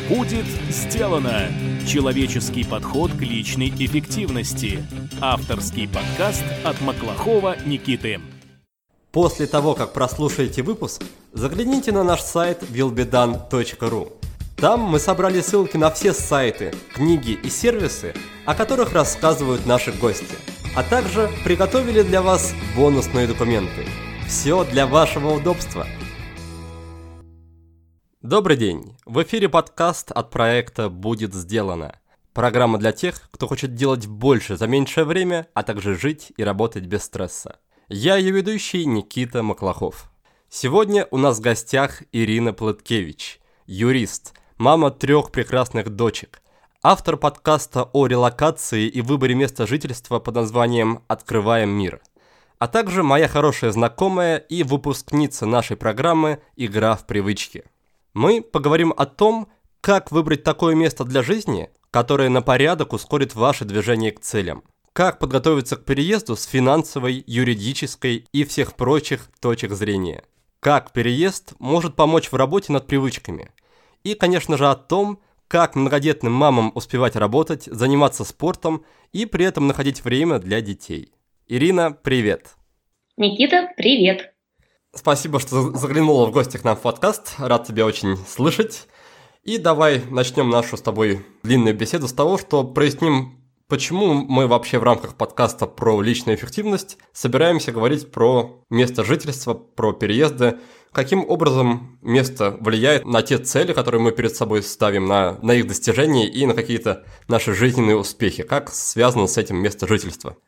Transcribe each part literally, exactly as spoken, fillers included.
Будет сделано! Человеческий подход к личной эффективности. Авторский подкаст от Маклахова Никиты. После того, как прослушаете выпуск, загляните на наш сайт вилл би дан точка ру. Там мы собрали ссылки на все сайты, книги и сервисы, о которых рассказывают наши гости, а также приготовили для вас бонусные документы. Все для вашего удобства. Добрый день! В эфире подкаст от проекта «Будет сделано». Программа для тех, кто хочет делать больше за меньшее время, а также жить и работать без стресса. Я ее ведущий Никита Маклахов. Сегодня у нас в гостях Ирина Плыткевич, юрист, мама трех прекрасных дочек, автор подкаста о релокации и выборе места жительства под названием «Открываем мир», а также моя хорошая знакомая и выпускница нашей программы «Игра в привычки». Мы поговорим о том, как выбрать такое место для жизни, которое на порядок ускорит ваше движение к целям, как подготовиться к переезду с финансовой, юридической и всех прочих точек зрения, как переезд может помочь в работе над привычками, и, конечно же, о том, как многодетным мамам успевать работать, заниматься спортом и при этом находить время для детей. Ирина, привет! Никита, привет! Спасибо, что заглянула в гости к нам в подкаст. Рад тебя очень слышать. И давай начнем нашу с тобой длинную беседу с того, что проясним, почему мы вообще в рамках подкаста про личную эффективность собираемся говорить про место жительства, про переезды, каким образом место влияет на те цели, которые мы перед собой ставим, на, на их достижение и на какие-то наши жизненные успехи. Как связано с этим место жительства?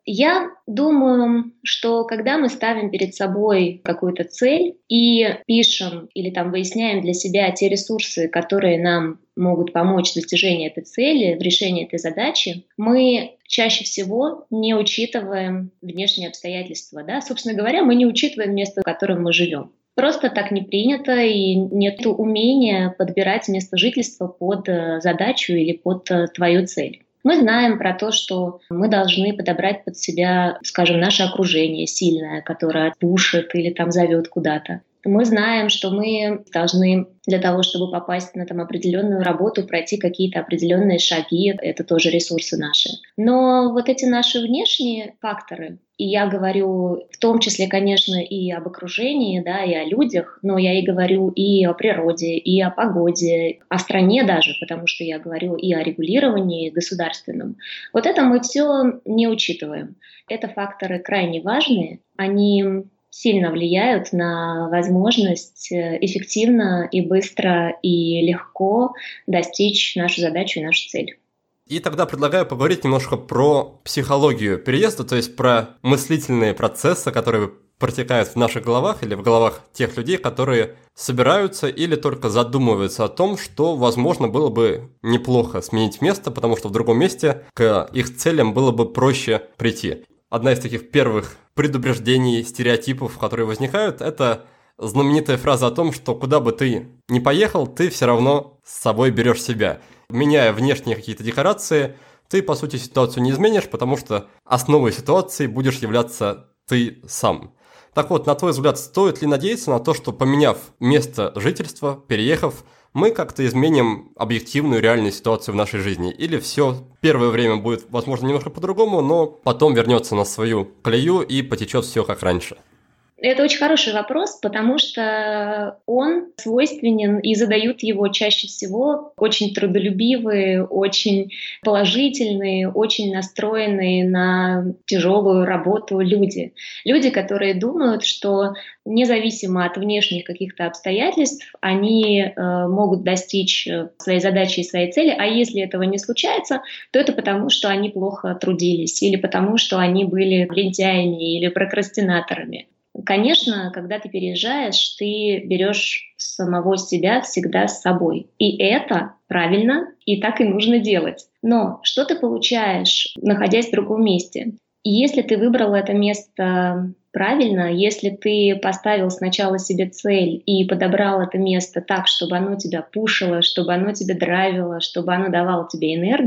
Я думаю, что когда мы ставим перед собой какую-то цель и пишем или там выясняем для себя те ресурсы, которые нам могут помочь в достижении этой цели, в решении этой задачи, мы чаще всего не учитываем внешние обстоятельства. Да? Собственно говоря, мы не учитываем место, в котором мы живем. Просто так не принято, и нет умения подбирать место жительства под задачу или под твою цель. Мы знаем про то, что мы должны подобрать под себя, скажем, наше окружение сильное, которое пушит или там зовет куда-то. Мы знаем, что мы должны для того, чтобы попасть на там определенную работу, пройти какие-то определенные шаги. Это тоже ресурсы наши. Но вот эти наши внешние факторы, и я говорю в том числе, конечно, и об окружении, да, и о людях, но я и говорю и о природе, и о погоде, о стране даже, потому что я говорю и о регулировании государственном. Вот это мы все не учитываем. Это факторы крайне важные. Они сильно влияют на возможность эффективно и быстро и легко достичь нашу задачу и нашу цель. И тогда предлагаю поговорить немножко про психологию переезда, то есть про мыслительные процессы, которые протекают в наших головах или в головах тех людей, которые собираются или только задумываются о том, что, возможно, было бы неплохо сменить место, потому что в другом месте к их целям было бы проще прийти. Одна из таких первых предубеждений, стереотипов, которые возникают, это знаменитая фраза о том, что куда бы ты ни поехал, ты все равно с собой берешь себя. Меняя внешние какие-то декорации, ты, по сути, ситуацию не изменишь, потому что основой ситуации будешь являться ты сам. Так вот, на твой взгляд, стоит ли надеяться на то, что, поменяв место жительства, переехав, мы как-то изменим объективную реальную ситуацию в нашей жизни? Или все первое время будет, возможно, немножко по-другому, но потом вернется на свою колею и потечет все как раньше? Это очень хороший вопрос, потому что он свойственен и задают его чаще всего очень трудолюбивые, очень положительные, очень настроенные на тяжелую работу люди. Люди, которые думают, что независимо от внешних каких-то обстоятельств, они э, могут достичь своей задачи и своей цели, а если этого не случается, то это потому, что они плохо трудились, или потому, что они были лентяями или прокрастинаторами. Конечно, когда ты переезжаешь, ты берешь самого себя всегда с собой. И это правильно, и так и нужно делать. Но что ты получаешь, находясь в другом месте? И если ты выбрал это место правильно, если ты поставил сначала себе цель и подобрал это место так, чтобы оно тебя пушило, чтобы оно тебя драйвило, чтобы оно давало тебе энергии,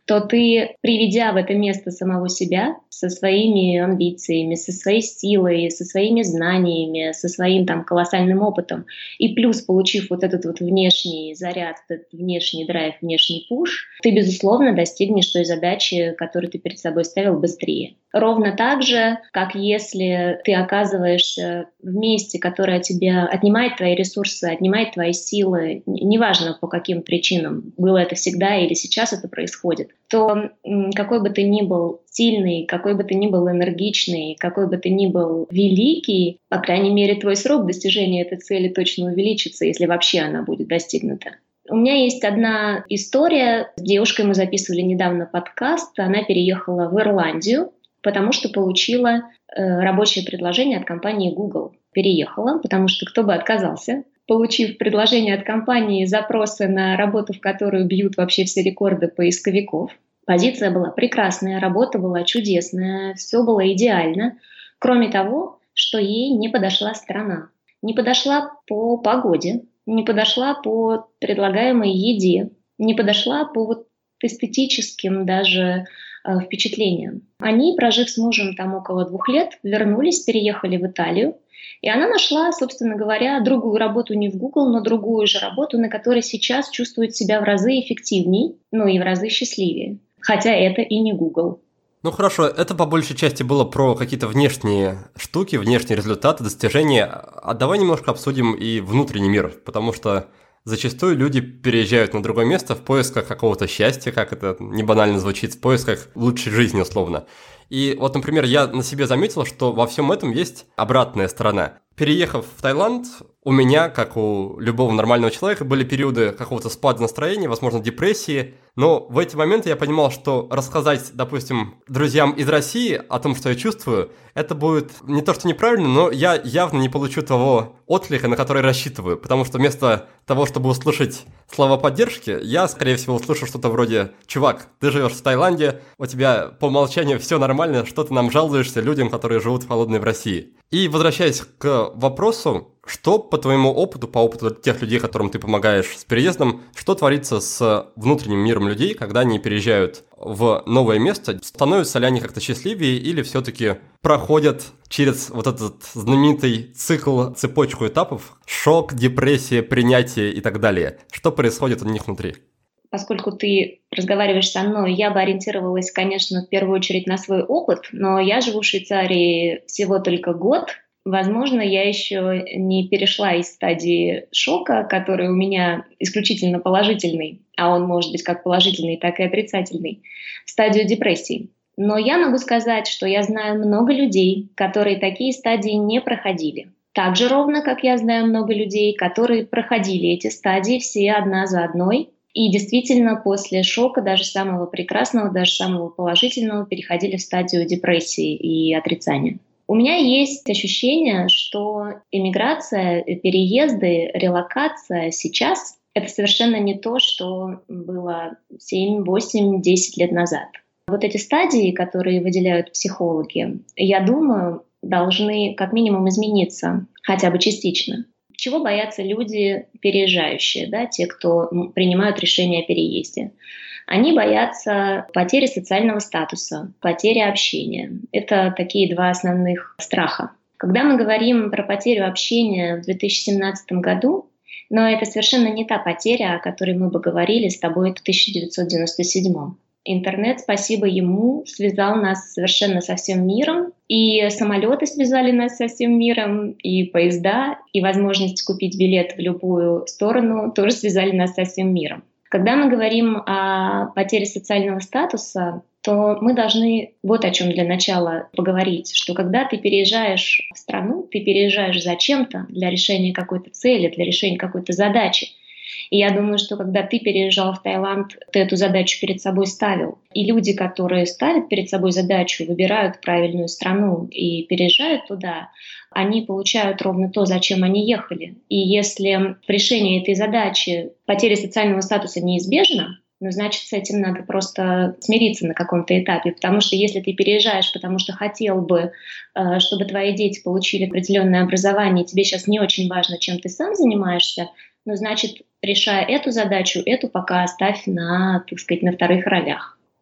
то ты, приведя в это место самого себя, со своими амбициями, со своей силой, со своими знаниями, со своим там колоссальным опытом, и плюс получив вот этот вот внешний заряд, этот внешний драйв, внешний пуш, ты, безусловно, достигнешь той задачи, которую ты перед собой ставил, быстрее. Ровно так же, как если ты оказываешься в месте, которое тебе отнимает твои ресурсы, отнимает твои силы, неважно по каким причинам, было это всегда или сейчас это происходит, то какой бы ты ни был сильный, какой бы ты ни был энергичный, какой бы ты ни был великий, по крайней мере, твой срок достижения этой цели точно увеличится, если вообще она будет достигнута. У меня есть одна история. С девушкой мы записывали недавно подкаст. Она переехала в Ирландию, потому что получила э, рабочее предложение от компании Google. Переехала, потому что кто бы отказался, получив предложение от компании, запросы на работу, в которую бьют вообще все рекорды поисковиков. Позиция была прекрасная, работа была чудесная, все было идеально, кроме того, что ей не подошла страна. Не подошла по погоде, не подошла по предлагаемой еде, не подошла по вот эстетическим даже э, впечатлениям. Они, прожив с мужем там около двух лет, вернулись, переехали в Италию, и она нашла, собственно говоря, другую работу не в Google, но другую же работу, на которой сейчас чувствует себя в разы эффективней, ну и в разы счастливее. Хотя это и не Google. Ну хорошо, это по большей части было про какие-то внешние штуки, внешние результаты, достижения. А давай немножко обсудим и внутренний мир, потому что зачастую люди переезжают на другое место в поисках какого-то счастья, как это не банально звучит, в поисках лучшей жизни условно. И вот, например, я на себе заметил, что во всем этом есть обратная сторона. Переехав в Таиланд, у меня, как у любого нормального человека, были периоды какого-то спада настроения, возможно, депрессии. Но в эти моменты я понимал, что рассказать, допустим, друзьям из России о том, что я чувствую, это будет не то, что неправильно, но я явно не получу того отклика, на который рассчитываю. Потому что вместо того, чтобы услышать слова поддержки, я, скорее всего, услышу что-то вроде: «Чувак, ты живешь в Таиланде, у тебя по умолчанию все нормально, что ты нам жалуешься людям, которые живут в холодной в России». И возвращаясь к вопросу, что по твоему опыту, по опыту тех людей, которым ты помогаешь с переездом, что творится с внутренним миром людей, когда они переезжают в новое место? Становятся ли они как-то счастливее или все-таки проходят через вот этот знаменитый цикл, цепочку этапов: шок, депрессия, принятие и так далее? Что происходит у них внутри? Поскольку ты разговариваешь со мной, я бы ориентировалась, конечно, в первую очередь на свой опыт, но я живу в Швейцарии всего только год. Возможно, я еще не перешла из стадии шока, который у меня исключительно положительный, а он может быть как положительный, так и отрицательный, в стадию депрессии. Но я могу сказать, что я знаю много людей, которые такие стадии не проходили. Так же ровно, как я знаю много людей, которые проходили эти стадии все одна за одной, и действительно после шока, даже самого прекрасного, даже самого положительного, переходили в стадию депрессии и отрицания. У меня есть ощущение, что эмиграция, переезды, релокация сейчас — это совершенно не то, что было семь, восемь, десять лет назад. Вот эти стадии, которые выделяют психологи, я думаю, должны как минимум измениться, хотя бы частично. Чего боятся люди переезжающие, да, те, кто принимают решение о переезде? Они боятся потери социального статуса, потери общения. Это такие два основных страха. Когда мы говорим про потерю общения в две тысячи семнадцатом году, но это совершенно не та потеря, о которой мы бы говорили с тобой в тысяча девятьсот девяносто седьмом. Интернет, спасибо ему, связал нас совершенно со всем миром. И самолеты связали нас со всем миром, и поезда, и возможность купить билет в любую сторону тоже связали нас со всем миром. Когда мы говорим о потере социального статуса, то мы должны вот о чем для начала поговорить, что когда ты переезжаешь в страну, ты переезжаешь зачем-то для решения какой-то цели, для решения какой-то задачи. И я думаю, что когда ты переезжал в Таиланд, ты эту задачу перед собой ставил. И люди, которые ставят перед собой задачу, выбирают правильную страну и переезжают туда, они получают ровно то, зачем они ехали. И если в решении этой задачи потеря социального статуса неизбежна, ну, значит, с этим надо просто смириться на каком-то этапе. Потому что если ты переезжаешь, потому что хотел бы, чтобы твои дети получили определенное образование, и тебе сейчас не очень важно, чем ты сам занимаешься, ну, значит, решая эту задачу, эту пока оставь на, так сказать, на вторых ролях.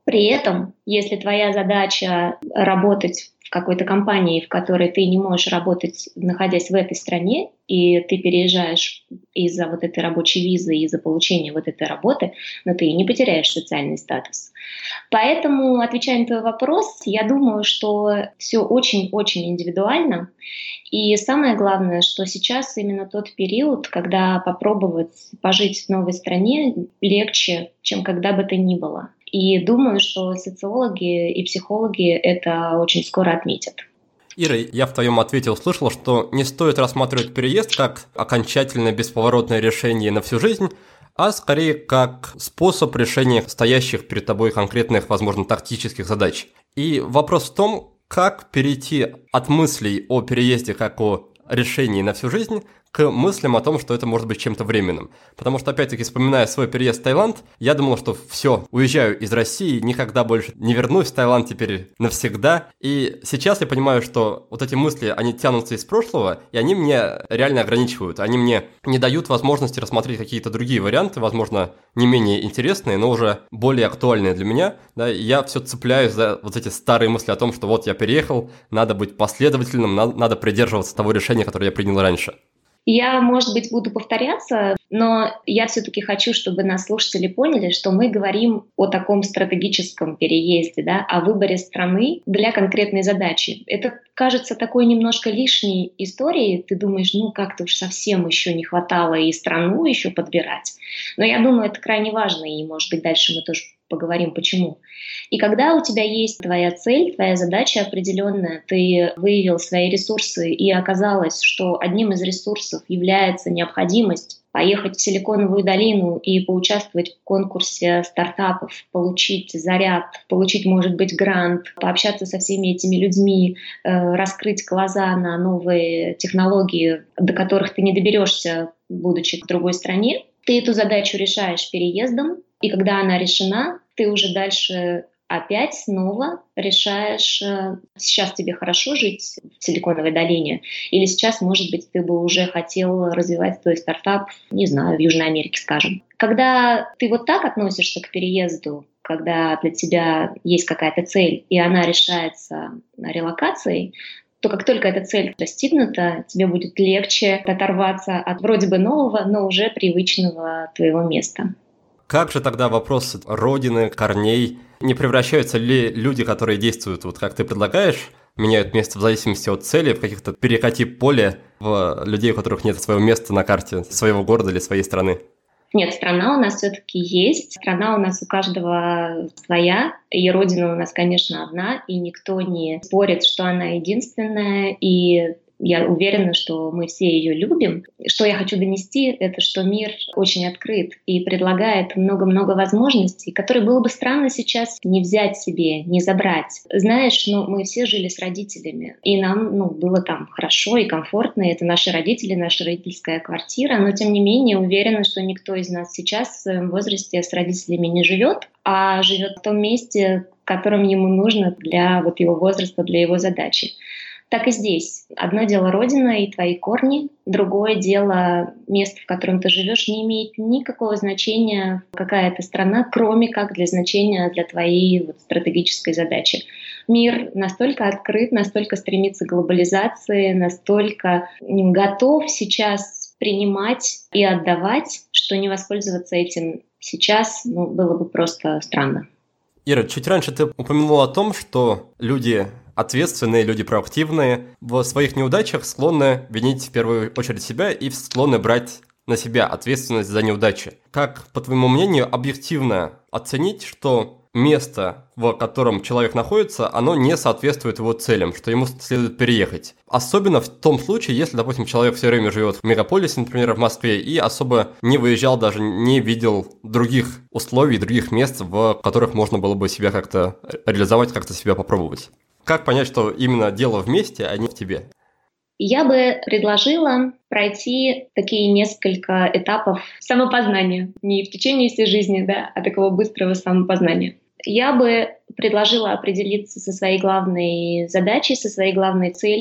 При этом, если твоя задача работать в какой-то компании, в которой ты не можешь работать, находясь в этой стране, и ты переезжаешь из-за вот этой рабочей визы, из-за получения вот этой работы, но ты не потеряешь социальный статус. Поэтому, отвечая на твой вопрос, я думаю, что все очень-очень индивидуально. И самое главное, что сейчас именно тот период, когда попробовать пожить в новой стране легче, чем когда бы то ни было. И думаю, что социологи и психологи это очень скоро отметят. Ира, я в твоем ответе услышал, что не стоит рассматривать переезд как окончательное бесповоротное решение на всю жизнь, а скорее как способ решения стоящих перед тобой конкретных, возможно, тактических задач. И вопрос в том, как перейти от мыслей о переезде как о решении на всю жизнь к мыслям о том, что это может быть чем-то временным. Потому что, опять-таки, вспоминая свой переезд в Таиланд, я думал, что все, уезжаю из России, никогда больше не вернусь в Таиланд теперь навсегда. И сейчас я понимаю, что вот эти мысли, они тянутся из прошлого, и они мне реально ограничивают. Они мне не дают возможности рассмотреть какие-то другие варианты, возможно, не менее интересные, но уже более актуальные для меня. Да, и я все цепляюсь за вот эти старые мысли о том, что вот я переехал, надо быть последовательным, надо, надо придерживаться того решения, которое я принял раньше. Я, может быть, буду повторяться, но я все-таки хочу, чтобы нас слушатели поняли, что мы говорим о таком стратегическом переезде, да, о выборе страны для конкретной задачи. Это кажется такой немножко лишней историей. Ты думаешь, ну как-то уж совсем еще не хватало и страну еще подбирать. Но я думаю, это крайне важно, и, может быть, дальше мы тоже поговорим, почему. И когда у тебя есть твоя цель, твоя задача определенная, ты выявил свои ресурсы, и оказалось, что одним из ресурсов является необходимость поехать в Силиконовую долину и поучаствовать в конкурсе стартапов, получить заряд, получить, может быть, грант, пообщаться со всеми этими людьми, э, раскрыть глаза на новые технологии, до которых ты не доберешься, будучи в другой стране. Ты эту задачу решаешь переездом, и когда она решена, ты уже дальше опять снова решаешь, сейчас тебе хорошо жить в Силиконовой долине, или сейчас, может быть, ты бы уже хотел развивать твой стартап, не знаю, в Южной Америке, скажем. Когда ты вот так относишься к переезду, когда для тебя есть какая-то цель, и она решается релокацией, то как только эта цель достигнута, тебе будет легче оторваться от вроде бы нового, но уже привычного твоего места. Как же тогда вопрос родины, корней? Не превращаются ли люди, которые действуют, вот как ты предлагаешь, меняют место в зависимости от цели, в каких-то перекати поле в людей, у которых нет своего места на карте своего города или своей страны? Нет, страна у нас все-таки есть. Страна у нас у каждого своя. И родина у нас, конечно, одна. И никто не спорит, что она единственная. И я уверена, что мы все ее любим. Что я хочу донести, это что мир очень открыт и предлагает много-много возможностей, которые было бы странно сейчас не взять себе, не забрать. Знаешь, ну, мы все жили с родителями, и нам ну, было там хорошо и комфортно. И это наши родители, наша родительская квартира. Но, тем не менее, уверена, что никто из нас сейчас в своем возрасте с родителями не живет, а живет в том месте, в котором ему нужно для вот его возраста, для его задачи. Так и здесь. Одно дело родина и твои корни, другое дело место, в котором ты живешь, не имеет никакого значения какая-то страна, кроме как для значения для твоей вот стратегической задачи. Мир настолько открыт, настолько стремится к глобализации, настолько готов сейчас принимать и отдавать, что не воспользоваться этим сейчас ну, было бы просто странно. Ира, чуть раньше ты упомянула о том, что люди ответственные, люди проактивные в своих неудачах склонны винить в первую очередь себя и склонны брать на себя ответственность за неудачи. Как, по твоему мнению, объективно оценить, что место, в котором человек находится, оно не соответствует его целям, что ему следует переехать? Особенно в том случае, если, допустим, человек все время живет в мегаполисе, например, в Москве, и особо не выезжал, даже не видел других условий, других мест, в которых можно было бы себя как-то реализовать, как-то себя попробовать. Как понять, что именно дело в месте, а не в тебе? Я бы предложила пройти такие несколько этапов самопознания. Не в течение всей жизни, да, а такого быстрого самопознания. Я бы предложила определиться со своей главной задачей, со своей главной целью,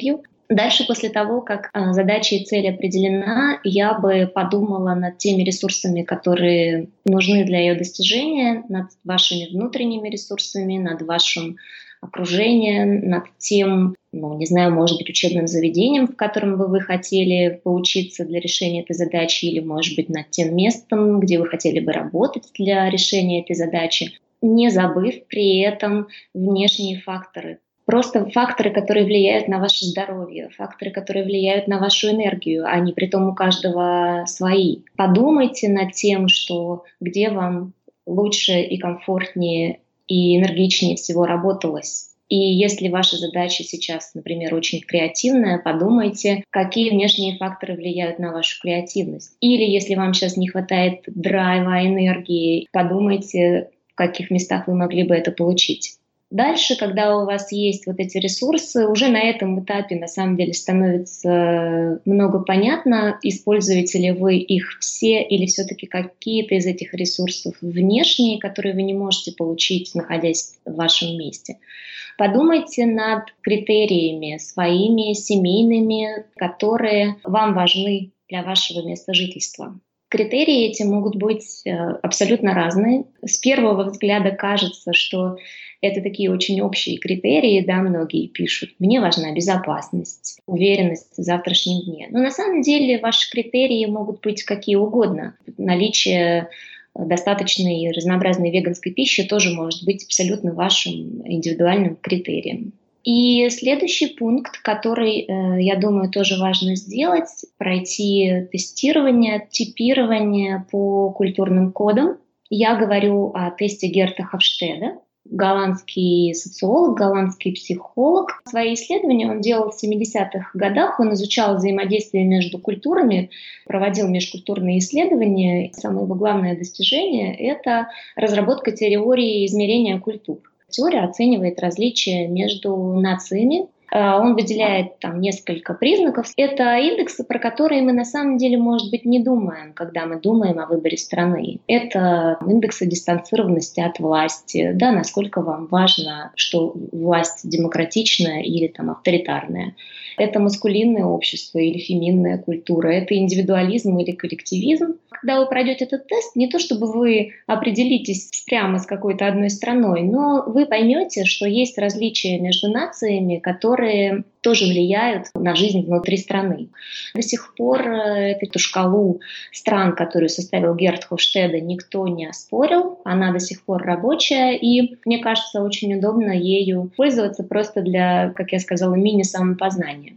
Дальше, после того, как а, задача и цель определена, я бы подумала над теми ресурсами, которые нужны для ее достижения, над вашими внутренними ресурсами, над вашим окружением, над тем, ну, не знаю, может быть, учебным заведением, в котором бы вы хотели поучиться для решения этой задачи, или, может быть, над тем местом, где вы хотели бы работать для решения этой задачи, не забыв при этом внешние факторы. Просто факторы, которые влияют на ваше здоровье, факторы, которые влияют на вашу энергию, они притом у каждого свои. Подумайте над тем, что где вам лучше и комфортнее и энергичнее всего работалось. И если ваша задача сейчас, например, очень креативная, подумайте, какие внешние факторы влияют на вашу креативность. Или если вам сейчас не хватает драйва, энергии, подумайте, в каких местах вы могли бы это получить. Дальше, когда у вас есть вот эти ресурсы, уже на этом этапе на самом деле становится много понятно, используете ли вы их все или все-таки какие-то из этих ресурсов внешние, которые вы не можете получить, находясь в вашем месте. Подумайте над критериями своими, семейными, которые вам важны для вашего места жительства. Критерии эти могут быть абсолютно разные. С первого взгляда кажется, что это такие очень общие критерии, да, многие пишут. Мне важна безопасность, уверенность в завтрашнем дне. Но на самом деле ваши критерии могут быть какие угодно. Наличие достаточной и разнообразной веганской пищи тоже может быть абсолютно вашим индивидуальным критерием. И следующий пункт, который, я думаю, тоже важно сделать, пройти тестирование, типирование по культурным кодам. Я говорю о тесте Герта Хофштеда. Голландский социолог, голландский психолог. Свои исследования он делал в семидесятых годах. Он изучал взаимодействие между культурами, проводил межкультурные исследования. Самое его главное достижение — это разработка теории измерения культур. Теория оценивает различия между нациями. Он выделяет там несколько признаков. Это индексы, про которые мы на самом деле, может быть, не думаем, когда мы думаем о выборе страны. Это индексы дистанцированности от власти, да, насколько вам важно, что власть демократичная или там авторитарная. Это маскулинное общество или феминная культура, это индивидуализм или коллективизм. Когда вы пройдете этот тест, не то чтобы вы определитесь прямо с какой-то одной страной, но вы поймете, что есть различия между нациями, которые тоже влияют на жизнь внутри страны. До сих пор эту шкалу стран, которую составил Герт Хофштеда, никто не оспорил. Она до сих пор рабочая, и мне кажется, очень удобно ею пользоваться просто для, как я сказала, мини-самопознания.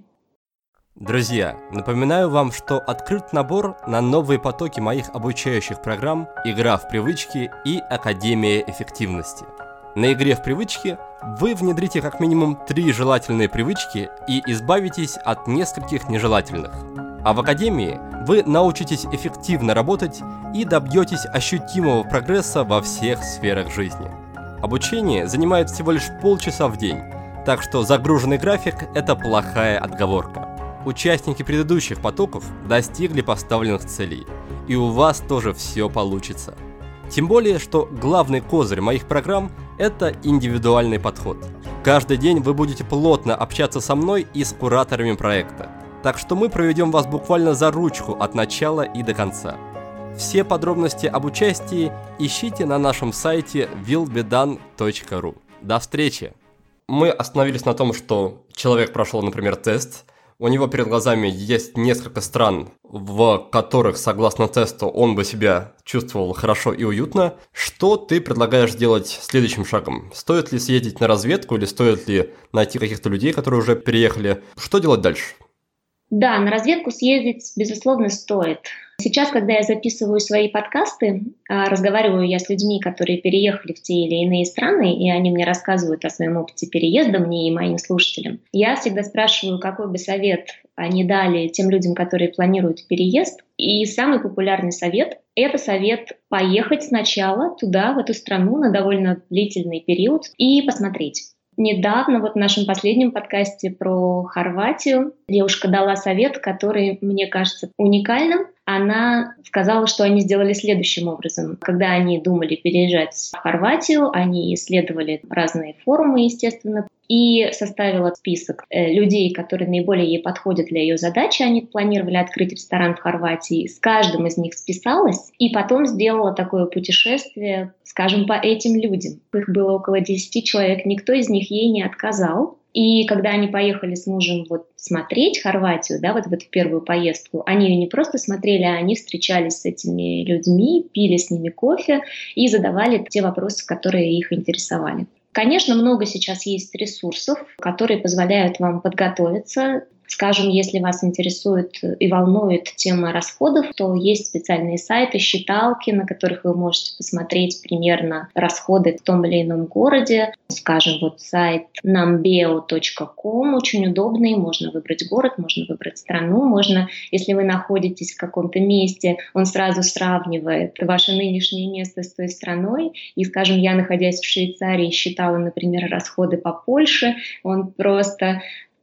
Друзья, напоминаю вам, что открыт набор на новые потоки моих обучающих программ «Игра в привычки» и «Академия эффективности». На игре в привычки вы внедрите как минимум три желательные привычки и избавитесь от нескольких нежелательных. А в Академии вы научитесь эффективно работать и добьетесь ощутимого прогресса во всех сферах жизни. Обучение занимает всего лишь полчаса в день, так что загруженный график – это плохая отговорка. Участники предыдущих потоков достигли поставленных целей, и у вас тоже все получится. Тем более, что главный козырь моих программ – это индивидуальный подход. Каждый день вы будете плотно общаться со мной и с кураторами проекта, так что мы проведем вас буквально за ручку от начала и до конца. Все подробности об участии ищите на нашем сайте will be done точка ru. До встречи! Мы остановились на том, что человек прошел, например, тест. У него перед глазами есть несколько стран, в которых, согласно тесту, он бы себя чувствовал хорошо и уютно. Что ты предлагаешь сделать следующим шагом? Стоит ли съездить на разведку или стоит ли найти каких-то людей, которые уже переехали? Что делать дальше? Да, на разведку съездить, безусловно, стоит. Сейчас, когда я записываю свои подкасты, разговариваю я с людьми, которые переехали в те или иные страны, и они мне рассказывают о своем опыте переезда, мне и моим слушателям. Я всегда спрашиваю, какой бы совет они дали тем людям, которые планируют переезд. И самый популярный совет – это совет поехать сначала туда, в эту страну, на довольно длительный период и посмотреть. Недавно, вот в нашем последнем подкасте про Хорватию, девушка дала совет, который, мне кажется, уникальным. она сказала, что они сделали следующим образом. Когда они думали переезжать в Хорватию, они исследовали разные форумы, естественно, и составила список э, людей, которые наиболее ей подходят для ее задачи. Они планировали открыть ресторан в Хорватии. С каждым из них списалась и потом сделала такое путешествие, скажем, по этим людям. Их было около десяти человек, никто из них ей не отказал. И когда они поехали с мужем вот смотреть Хорватию, да, вот в эту первую поездку, они ее не просто смотрели, а они встречались с этими людьми, пили с ними кофе и задавали те вопросы, которые их интересовали. Конечно, много сейчас есть ресурсов, которые позволяют вам подготовиться. Скажем, если вас интересует и волнует тема расходов, то есть специальные сайты, считалки, на которых вы можете посмотреть примерно расходы в том или ином городе. Скажем, вот сайт numbeo точка ком очень удобный, можно выбрать город, можно выбрать страну, можно, если вы находитесь в каком-то месте, он сразу сравнивает ваше нынешнее место с той страной. И, скажем, я, находясь в Швейцарии, считала, например, расходы по Польше, он просто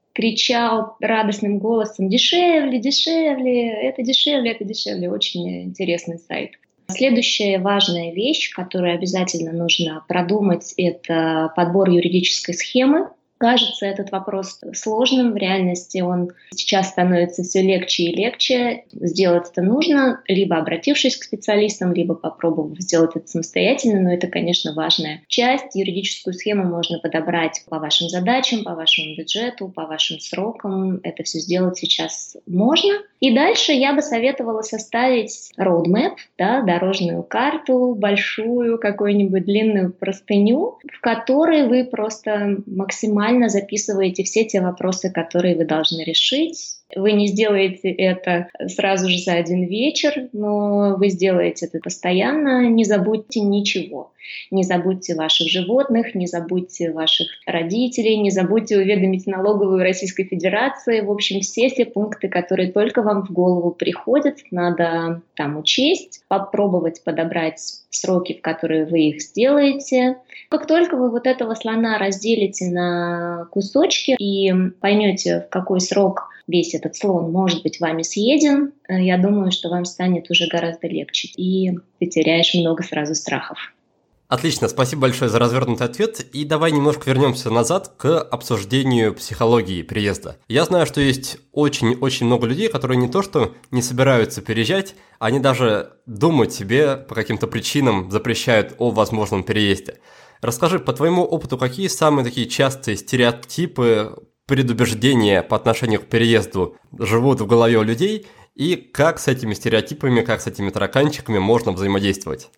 кричал радостным голосом: «Дешевле, дешевле, это дешевле, это дешевле». Очень интересный сайт. Следующая важная вещь, которую обязательно нужно продумать, это подбор юридической схемы. Кажется, этот вопрос сложным, в реальности он сейчас становится все легче и легче. Сделать это нужно, либо обратившись к специалистам, либо попробовав сделать это самостоятельно, но это, конечно, важная часть. Юридическую схему можно подобрать по вашим задачам, по вашему бюджету, по вашим срокам. Это все сделать сейчас можно. И дальше я бы советовала составить roadmap, да, дорожную карту, большую, какую-нибудь длинную простыню, в которой вы просто максимально записываете все те вопросы, которые вы должны решить. Вы не сделаете это сразу же за один вечер, но вы сделаете это постоянно. Не забудьте ничего. Не забудьте ваших животных, не забудьте ваших родителей, не забудьте уведомить налоговую Российской Федерации. В общем, все те пункты, которые только вам в голову приходят, надо там учесть, попробовать подобрать сроки, в которые вы их сделаете. Как только вы вот этого слона разделите на кусочки и поймете, в какой срок весь этот слон может быть вами съеден, я думаю, что вам станет уже гораздо легче, и ты теряешь много сразу страхов. Отлично, спасибо большое за развернутый ответ. И давай немножко вернемся назад к обсуждению психологии переезда. Я знаю, что есть очень-очень много людей, которые не то что не собираются переезжать, они даже думать себе по каким-то причинам запрещают о возможном переезде. Расскажи, по твоему опыту, какие самые такие частые стереотипы, предубеждения по отношению к переезду живут в голове у людей, и как с этими стереотипами, как с этими тараканчиками можно взаимодействовать?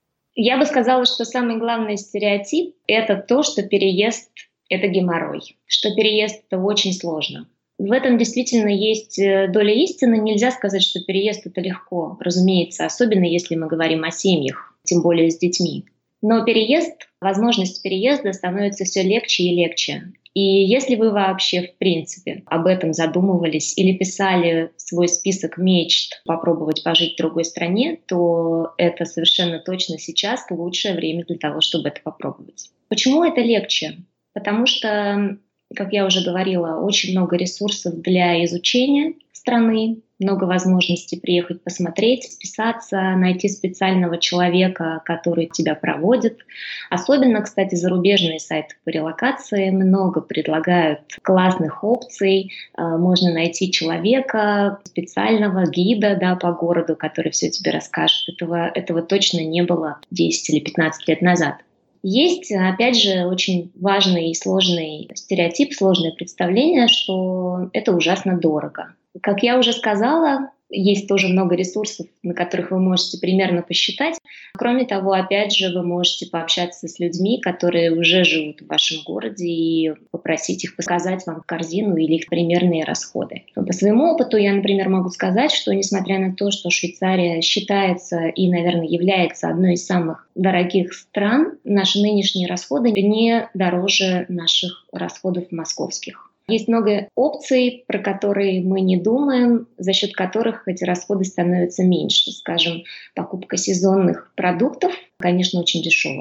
Я бы сказала, что самый главный стереотип – это то, что переезд – это геморрой, что переезд – это очень сложно. В этом действительно есть доля истины. Нельзя сказать, что переезд – это легко, разумеется, особенно если мы говорим о семьях, тем более с детьми. Но переезд, возможность переезда становится все легче и легче. И если вы вообще, в принципе, об этом задумывались или писали свой список мечт попробовать пожить в другой стране, то это совершенно точно сейчас лучшее время для того, чтобы это попробовать. Почему это легче? Потому что, как я уже говорила, очень много ресурсов для изучения страны, много возможностей приехать посмотреть, списаться, найти специального человека, который тебя проводит. Особенно, кстати, зарубежные сайты по релокации много предлагают классных опций. Можно найти человека, специального гида, да, по городу, который все тебе расскажет. Этого, этого точно не было десять или пятнадцать лет назад. Есть, опять же, очень важный и сложный стереотип, сложное представление, что это ужасно дорого. Как я уже сказала, есть тоже много ресурсов, на которых вы можете примерно посчитать. Кроме того, опять же, вы можете пообщаться с людьми, которые уже живут в вашем городе, и попросить их показать вам корзину или их примерные расходы. По своему опыту я, например, могу сказать, что несмотря на то, что Швейцария считается и, наверное, является одной из самых дорогих стран, наши нынешние расходы не дороже наших расходов московских. Есть много опций, про которые мы не думаем, за счет которых эти расходы становятся меньше. Скажем, покупка сезонных продуктов, конечно, очень дешевая.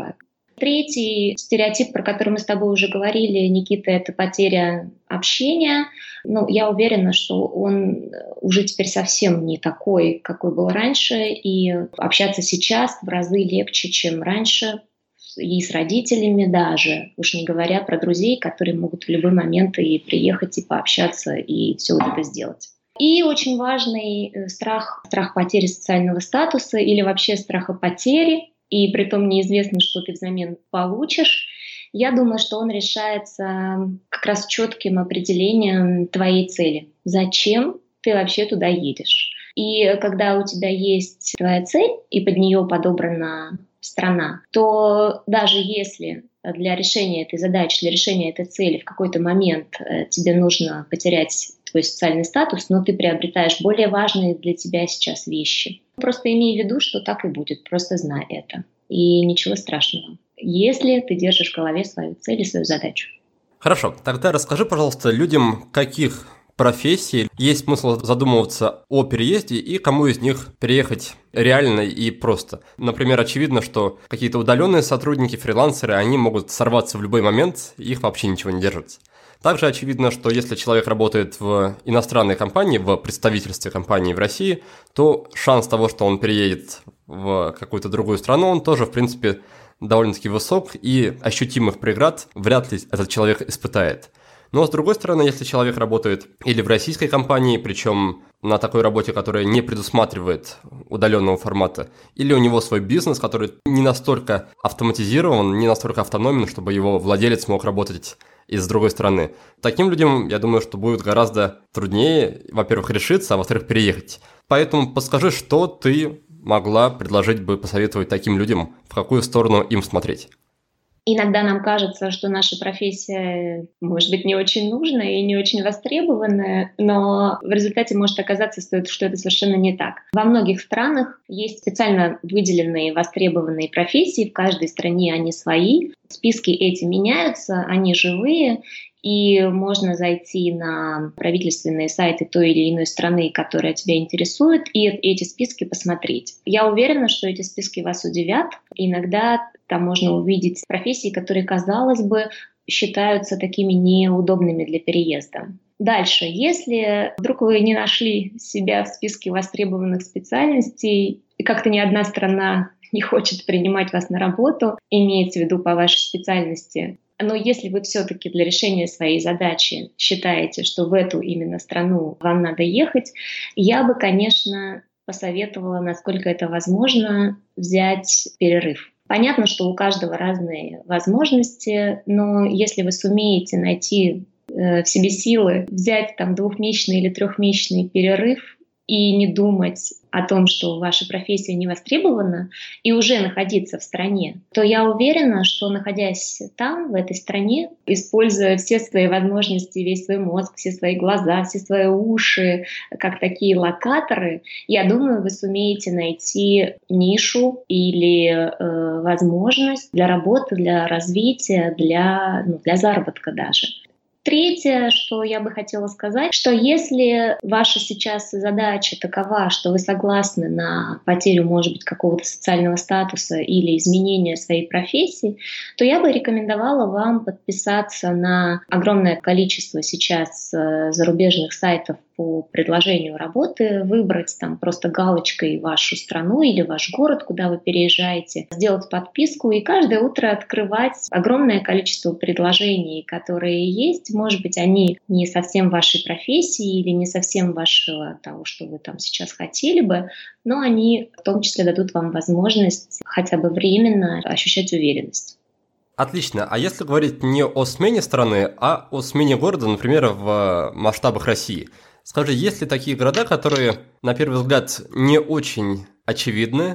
Третий стереотип, про который мы с тобой уже говорили, Никита, это потеря общения. Ну, я уверена, что он уже теперь совсем не такой, какой был раньше, и общаться сейчас в разы легче, чем раньше, и с родителями даже, уж не говоря про друзей, которые могут в любой момент и приехать, и пообщаться, и все вот это сделать. И очень важный страх, страх потери социального статуса или вообще страха потери, и притом неизвестно, что ты взамен получишь. Я думаю, что он решается как раз четким определением твоей цели. Зачем ты вообще туда едешь? И когда у тебя есть твоя цель, и под нее подобрана страна, то даже если для решения этой задачи, для решения этой цели в какой-то момент тебе нужно потерять твой социальный статус, но ты приобретаешь более важные для тебя сейчас вещи. Просто имей в виду, что так и будет, просто знай это. И ничего страшного, если ты держишь в голове свою цель и свою задачу. Хорошо, тогда расскажи, пожалуйста, людям, каких профессий есть смысл задумываться о переезде и кому из них переехать реально и просто. Например, очевидно, что какие-то удаленные сотрудники, фрилансеры, они могут сорваться в любой момент, их вообще ничего не держит. Также очевидно, что если человек работает в иностранной компании, в представительстве компании в России, то шанс того, что он переедет в какую-то другую страну, он тоже, в принципе, довольно-таки высок, и ощутимых преград вряд ли этот человек испытает. Но, с другой стороны, если человек работает или в российской компании, причем на такой работе, которая не предусматривает удаленного формата, или у него свой бизнес, который не настолько автоматизирован, не настолько автономен, чтобы его владелец мог работать из другой страны. Таким людям, я думаю, что будет гораздо труднее, во-первых, решиться, а во-вторых, переехать. Поэтому подскажи, что ты могла предложить бы, посоветовать таким людям, в какую сторону им смотреть? Иногда нам кажется, что наша профессия, может быть, не очень нужная и не очень востребованная, но в результате может оказаться, что это совершенно не так. Во многих странах есть специально выделенные востребованные профессии, в каждой стране они свои. Списки эти меняются, они живые, и можно зайти на правительственные сайты той или иной страны, которая тебя интересует, и эти списки посмотреть. Я уверена, что эти списки вас удивят. Иногда там можно увидеть профессии, которые, казалось бы, считаются такими неудобными для переезда. Дальше, если вдруг вы не нашли себя в списке востребованных специальностей, и как-то ни одна страна не хочет принимать вас на работу, имеется в виду по вашей специальности, но если вы все-таки для решения своей задачи считаете, что в эту именно страну вам надо ехать, я бы, конечно, посоветовала, насколько это возможно, взять перерыв. Понятно, что у каждого разные возможности, но если вы сумеете найти э, в себе силы взять там двухмесячный или трехмесячный перерыв и не думать о том, что ваша профессия не востребована, и уже находиться в стране, то я уверена, что, находясь там, в этой стране, используя все свои возможности, весь свой мозг, все свои глаза, все свои уши, как такие локаторы, я думаю, вы сумеете найти нишу или э, возможность для работы, для развития, для, ну, для заработка даже. Третье, что я бы хотела сказать, что если ваша сейчас задача такова, что вы согласны на потерю, может быть, какого-то социального статуса или изменение своей профессии, то я бы рекомендовала вам подписаться на огромное количество сейчас зарубежных сайтов по предложению работы, выбрать там просто галочкой вашу страну или ваш город, куда вы переезжаете, сделать подписку и каждое утро открывать огромное количество предложений, которые есть. Может быть, они не совсем вашей профессии или не совсем вашего того, что вы там сейчас хотели бы, но они в том числе дадут вам возможность хотя бы временно ощущать уверенность. Отлично. А если говорить не о смене страны, а о смене города, например, в масштабах России? Скажи, есть ли такие города, которые, на первый взгляд, не очень очевидны,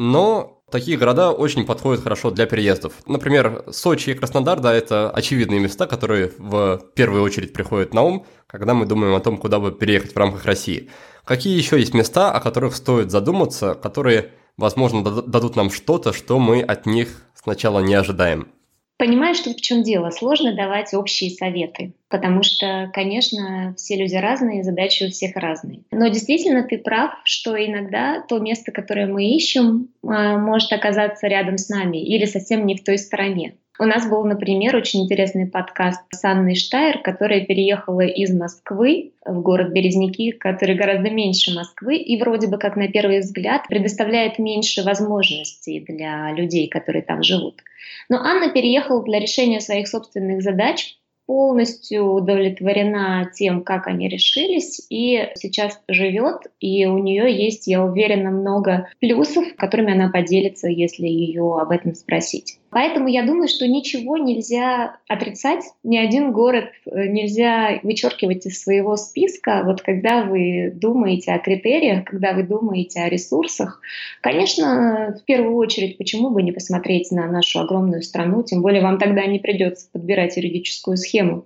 но такие города очень подходят хорошо для переездов? Например, Сочи и Краснодар, да, это очевидные места, которые в первую очередь приходят на ум, когда мы думаем о том, куда бы переехать в рамках России. Какие еще есть места, о которых стоит задуматься, которые, возможно, дадут нам что-то, что мы от них сначала не ожидаем? Понимаешь, тут в чем дело? Сложно давать общие советы. потому что, конечно, все люди разные, задачи у всех разные. Но действительно ты прав, что иногда то место, которое мы ищем, может оказаться рядом с нами или совсем не в той стороне. У нас был, например, очень интересный подкаст с Анной Штайр, которая переехала из Москвы в город Березники, который гораздо меньше Москвы и вроде бы, как на первый взгляд, предоставляет меньше возможностей для людей, которые там живут. Но Анна переехала для решения своих собственных задач, полностью удовлетворена тем, как они решились, и сейчас живет, и у нее есть, я уверена, много плюсов, которыми она поделится, если ее об этом спросить. Поэтому я думаю, что ничего нельзя отрицать, ни один город нельзя вычеркивать из своего списка. Вот когда вы думаете о критериях, когда вы думаете о ресурсах, конечно, в первую очередь, почему бы не посмотреть на нашу огромную страну, тем более вам тогда не придется подбирать юридическую схему.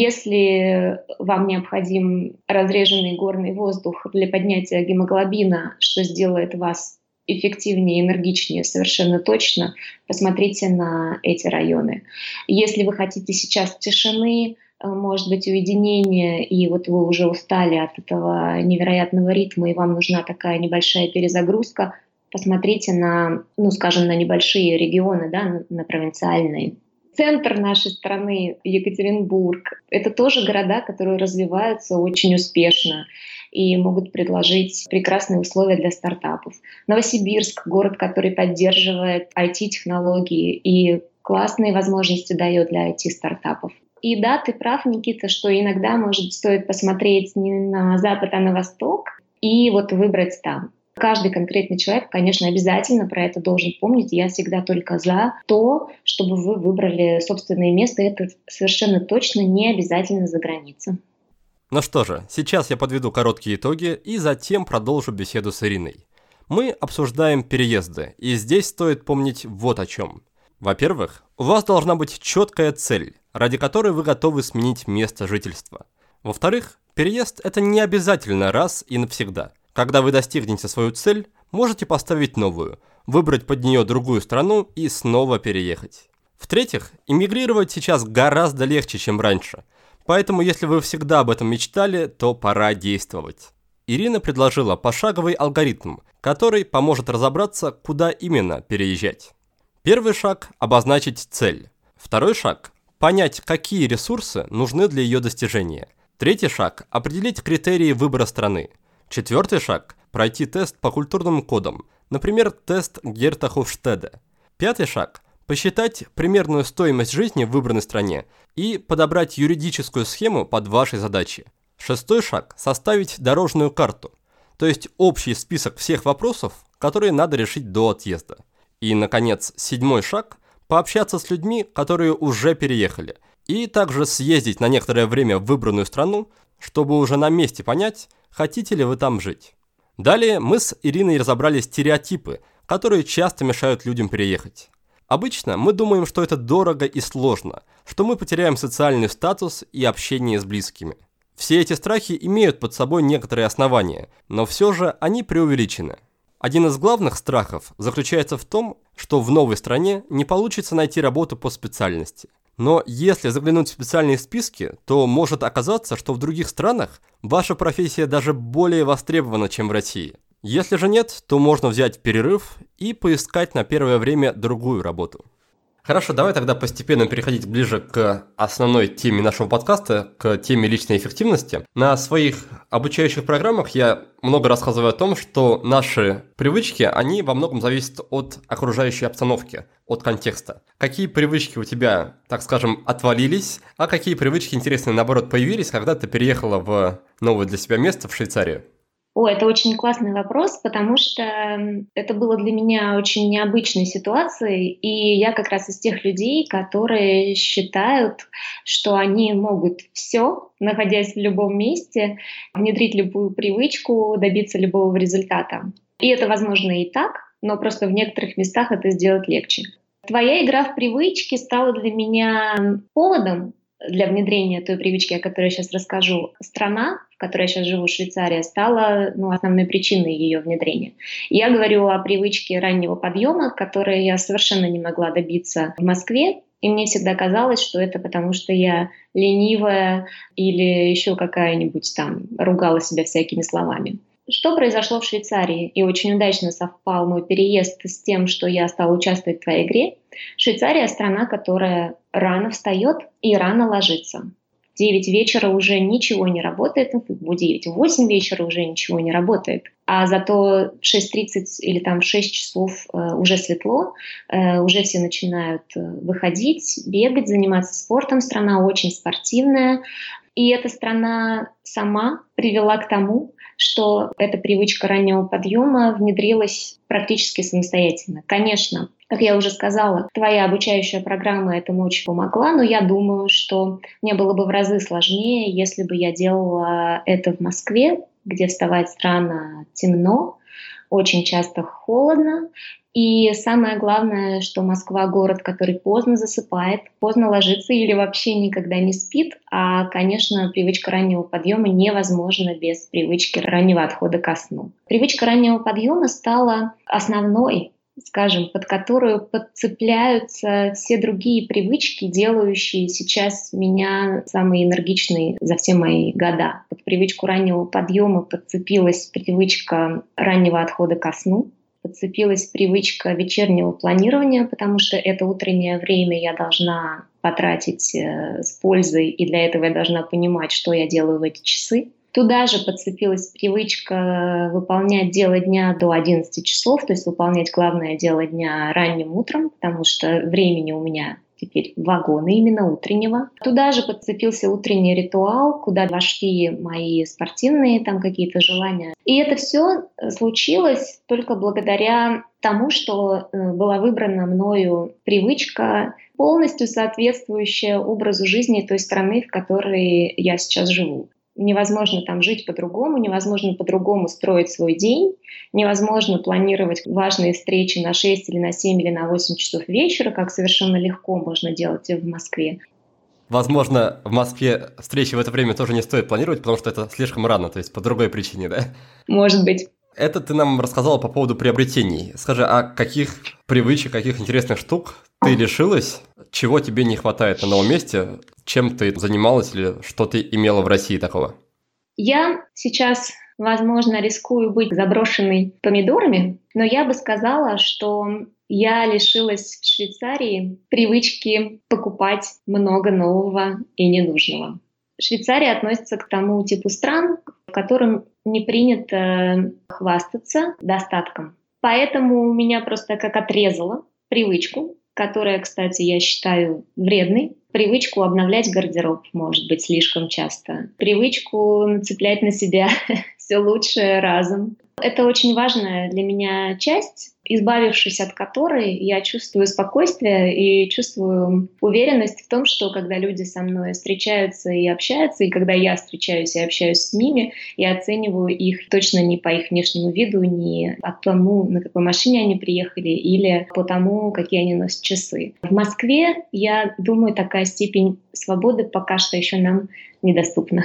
Если вам необходим разреженный горный воздух для поднятия гемоглобина, что сделает вас эффективнее, энергичнее, совершенно точно, посмотрите на эти районы. Если вы хотите сейчас тишины, может быть, уединения, и вот вы уже устали от этого невероятного ритма, и вам нужна такая небольшая перезагрузка, посмотрите на, ну, скажем, на небольшие регионы, да, на, на провинциальные. Центр нашей страны, Екатеринбург, это тоже города, которые развиваются очень успешно и могут предложить прекрасные условия для стартапов. Новосибирск — город, который поддерживает ай ти-технологии и классные возможности дает для ай ти-стартапов. И да, ты прав, Никита, что иногда, может, стоит посмотреть не на запад, а на восток и вот выбрать там. Каждый конкретный человек, конечно, обязательно про это должен помнить. Я всегда только за то, чтобы вы выбрали собственное место. Это совершенно точно не обязательно за границей. Ну что же, сейчас я подведу короткие итоги и затем продолжу беседу с Ириной. Мы обсуждаем переезды, и здесь стоит помнить вот о чем. Во-первых, у вас должна быть четкая цель, ради которой вы готовы сменить место жительства. Во-вторых, переезд – это не обязательно раз и навсегда. Когда вы достигнете свою цель, можете поставить новую, выбрать под нее другую страну и снова переехать. В-третьих, эмигрировать сейчас гораздо легче, чем раньше. Поэтому, если вы всегда об этом мечтали, то пора действовать. Ирина предложила пошаговый алгоритм, который поможет разобраться, куда именно переезжать. Первый шаг – обозначить цель. Второй шаг – понять, какие ресурсы нужны для ее достижения. Третий шаг – определить критерии выбора страны. Четвертый шаг – пройти тест по культурным кодам, например, тест Герта Хофштеда. Пятый шаг – посчитать примерную стоимость жизни в выбранной стране и подобрать юридическую схему под ваши задачи. Шестой шаг – составить дорожную карту, то есть общий список всех вопросов, которые надо решить до отъезда. И, наконец, седьмой шаг – пообщаться с людьми, которые уже переехали, и также съездить на некоторое время в выбранную страну, чтобы уже на месте понять, хотите ли вы там жить. Далее мы с Ириной разобрали стереотипы, которые часто мешают людям переехать. Обычно мы думаем, что это дорого и сложно, что мы потеряем социальный статус и общение с близкими. Все эти страхи имеют под собой некоторые основания, но все же они преувеличены. Один из главных страхов заключается в том, что в новой стране не получится найти работу по специальности. Но если заглянуть в специальные списки, то может оказаться, что в других странах ваша профессия даже более востребована, чем в России. Если же нет, то можно взять перерыв и поискать на первое время другую работу. Хорошо, давай тогда постепенно переходить ближе к основной теме нашего подкаста, к теме личной эффективности. На своих обучающих программах я много рассказываю о том, что наши привычки, они во многом зависят от окружающей обстановки, от контекста. Какие привычки у тебя, так скажем, отвалились, а какие привычки, интересные, наоборот, появились, когда ты переехала в новое для себя место в Швейцарию? О, это очень классный вопрос, потому что это было для меня очень необычной ситуацией, и я как раз из тех людей, которые считают, что они могут все, находясь в любом месте, внедрить любую привычку, добиться любого результата. И это возможно и так, но просто в некоторых местах это сделать легче. Твоя игра в привычки стала для меня поводом для внедрения той привычки, о которой я сейчас расскажу. Страна, в которой я сейчас живу, Швейцария, стала ну, основной причиной ее внедрения. Я говорю о привычке раннего подъема, которой я совершенно не могла добиться в Москве. И мне всегда казалось, что это потому, что я ленивая или еще какая-нибудь там ругала себя всякими словами. Что произошло в Швейцарии? И очень удачно совпал мой переезд с тем, что я стала участвовать в твоей игре. Швейцария — страна, которая рано встает и рано ложится. В девять вечера уже ничего не работает, в девять, в восемь вечера уже ничего не работает. А зато в шесть тридцать или там в шесть часов э, уже светло, э, уже все начинают выходить, бегать, заниматься спортом. Страна очень спортивная. И эта страна сама привела к тому, что эта привычка раннего подъема внедрилась практически самостоятельно. Конечно, как я уже сказала, твоя обучающая программа этому очень помогла, но я думаю, что мне было бы в разы сложнее, если бы я делала это в Москве, где вставать рано темно, очень часто холодно. И самое главное, что Москва — город, который поздно засыпает, поздно ложится или вообще никогда не спит. А, конечно, привычка раннего подъема невозможна без привычки раннего отхода ко сну. Привычка раннего подъема стала основной, скажем, под которую подцепляются все другие привычки, делающие сейчас меня самой энергичной за все мои года. Под привычку раннего подъема подцепилась привычка раннего отхода ко сну, подцепилась привычка вечернего планирования, потому что это утреннее время я должна потратить с пользой, и для этого я должна понимать, что я делаю в эти часы. Туда же подцепилась привычка выполнять дело дня до одиннадцати часов, то есть выполнять главное дело дня ранним утром, потому что времени у меня теперь вагоны именно утреннего. Туда же подцепился утренний ритуал, куда вошли мои спортивные там какие-то желания. И это все случилось только благодаря тому, что была выбрана мною привычка, полностью соответствующая образу жизни той страны, в которой я сейчас живу. Невозможно там жить по-другому, невозможно по-другому строить свой день, невозможно планировать важные встречи на шесть или на семь или на восемь часов вечера, как совершенно легко можно делать в Москве. Возможно, в Москве встречи в это время тоже не стоит планировать, потому что это слишком рано, то есть по другой причине, да? Может быть. Это ты нам рассказала по поводу приобретений. Скажи, а каких привычек, каких интересных штук ты лишилась? Чего тебе не хватает на новом месте? Чем ты занималась или что ты имела в России такого? Я сейчас, возможно, рискую быть заброшенной помидорами, но я бы сказала, что я лишилась в Швейцарии привычки покупать много нового и ненужного. Швейцария относится к тому типу стран, в котором не принято хвастаться достатком. Поэтому меня просто как отрезало привычку, которая, кстати, я считаю вредной, привычку обновлять гардероб, может быть, слишком часто, привычку нацеплять на себя все лучшее разом. Это очень важная для меня часть, избавившись от которой я чувствую спокойствие и чувствую уверенность в том, что когда люди со мной встречаются и общаются, и когда я встречаюсь и общаюсь с ними, я оцениваю их точно не по их внешнему виду, не по тому, на какой машине они приехали, или по тому, какие они носят часы. В Москве, я думаю, такая степень свободы пока что еще нам недоступна.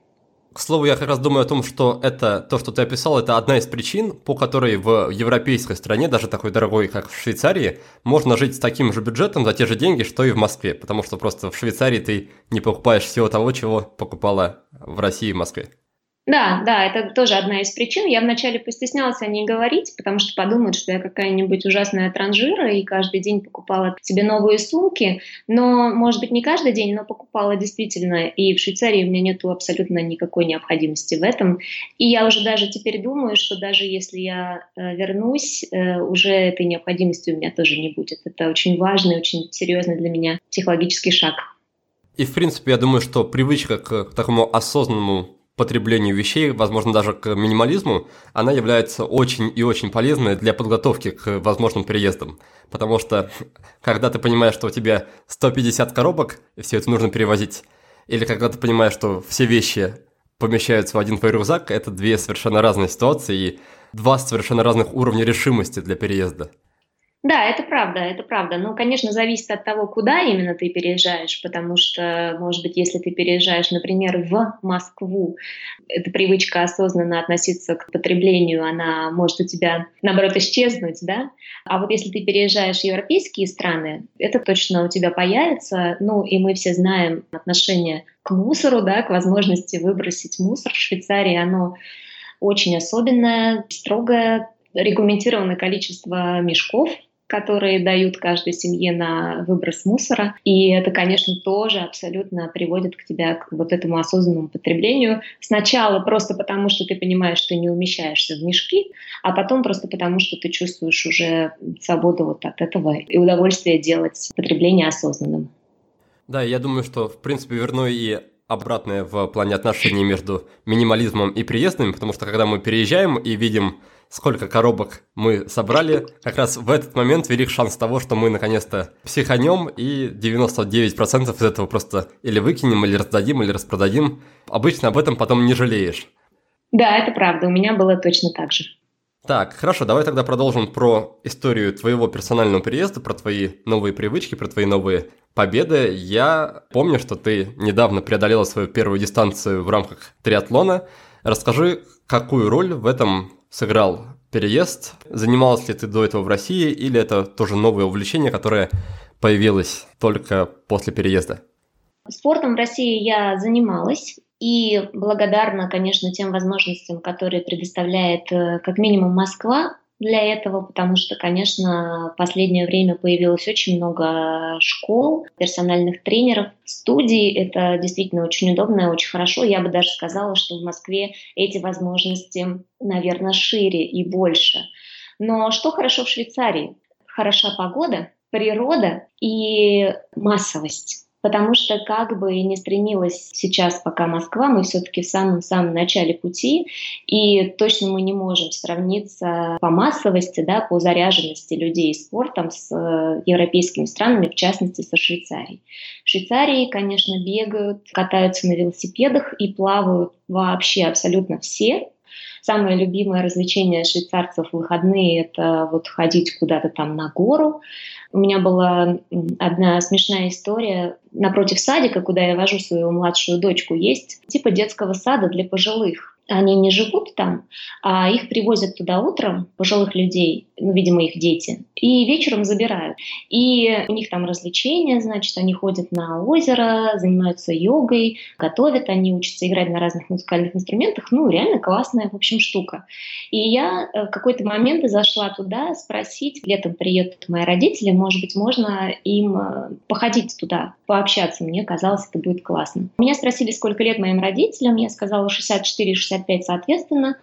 К слову, я как раз думаю о том, что это то, что ты описал, это одна из причин, по которой в европейской стране, даже такой дорогой, как в Швейцарии, можно жить с таким же бюджетом за те же деньги, что и в Москве, потому что просто в Швейцарии ты не покупаешь всего того, чего покупала в России и Москве. Да, да, это тоже одна из причин. Я вначале постеснялась о ней говорить, потому что подумают, что я какая-нибудь ужасная транжира и каждый день покупала себе новые сумки. Но, может быть, не каждый день, но покупала действительно. И в Швейцарии у меня нету абсолютно никакой необходимости в этом. И я уже даже теперь думаю, что даже если я э, вернусь, э, уже этой необходимости у меня тоже не будет. Это очень важный, очень серьезный для меня психологический шаг. И, в принципе, я думаю, что привычка к такому осознанному потреблению вещей, возможно, даже к минимализму, она является очень и очень полезной для подготовки к возможным переездам. Потому что, когда ты понимаешь, что у тебя сто пятьдесят коробок, и все это нужно перевозить, или когда ты понимаешь, что все вещи помещаются в один твой рюкзак, это две совершенно разные ситуации и два совершенно разных уровня решимости для переезда. Да, это правда, это правда. Ну, конечно, зависит от того, куда именно ты переезжаешь, потому что, может быть, если ты переезжаешь, например, в Москву, эта привычка осознанно относиться к потреблению, она может у тебя, наоборот, исчезнуть, да? А вот если ты переезжаешь в европейские страны, это точно у тебя появится. Ну, и мы все знаем отношение к мусору, да, к возможности выбросить мусор. В Швейцарии оно очень особенное, строгое, регламентированное количество мешков, которые дают каждой семье на выброс мусора. И это, конечно, тоже абсолютно приводит к тебя к вот этому осознанному потреблению. Сначала просто потому, что ты понимаешь, что ты не умещаешься в мешки, а потом просто потому, что ты чувствуешь уже свободу вот от этого и удовольствие делать потребление осознанным. Да, я думаю, что, в принципе, верно и обратное в плане отношений между минимализмом и приездами, потому что когда мы переезжаем и видим, сколько коробок мы собрали, как раз в этот момент велик шанс того, что мы наконец-то психанем и девяносто девять процентов из этого просто или выкинем, или раздадим, или распродадим. Обычно об этом потом не жалеешь. Да, это правда, у меня было точно так же. Так, хорошо, давай тогда продолжим про историю твоего персонального переезда, про твои новые привычки, про твои новые победы. Я помню, что ты недавно преодолела свою первую дистанцию в рамках триатлона. Расскажи, какую роль в этом сыграл переезд? Занималась ли ты до этого в России, или это тоже новое увлечение, которое появилось только после переезда? Спортом в России я занималась. И благодарна, конечно, тем возможностям, которые предоставляет как минимум Москва для этого, потому что, конечно, в последнее время появилось очень много школ, персональных тренеров, студий. Это действительно очень удобно, очень хорошо. Я бы даже сказала, что в Москве эти возможности, наверное, шире и больше. Но что хорошо в Швейцарии? Хороша погода, природа и массовость. Потому что как бы и не стремилась сейчас пока Москва, мы все-таки в самом-самом начале пути, и точно мы не можем сравниться по массовости, да, по заряженности людей спортом с европейскими странами, в частности со Швейцарией. В Швейцарии, конечно, бегают, катаются на велосипедах и плавают вообще абсолютно все. Самое любимое развлечение швейцарцев в выходные – это вот ходить куда-то там на гору. У меня была одна смешная история. Напротив садика, куда я вожу свою младшую дочку, есть типа детского сада для пожилых. Они не живут там, а их привозят туда утром, пожилых людей, ну, видимо, их дети, и вечером забирают. И у них там развлечения, значит, они ходят на озеро, занимаются йогой, готовят, они учатся играть на разных музыкальных инструментах. Ну, реально классная, в общем, штука. И я в какой-то момент зашла туда спросить, летом приедут мои родители, может быть, можно им походить туда, пообщаться. Мне казалось, это будет классно. Меня спросили, сколько лет моим родителям, я сказала шестьдесят четыре шестьдесят пять соответственно,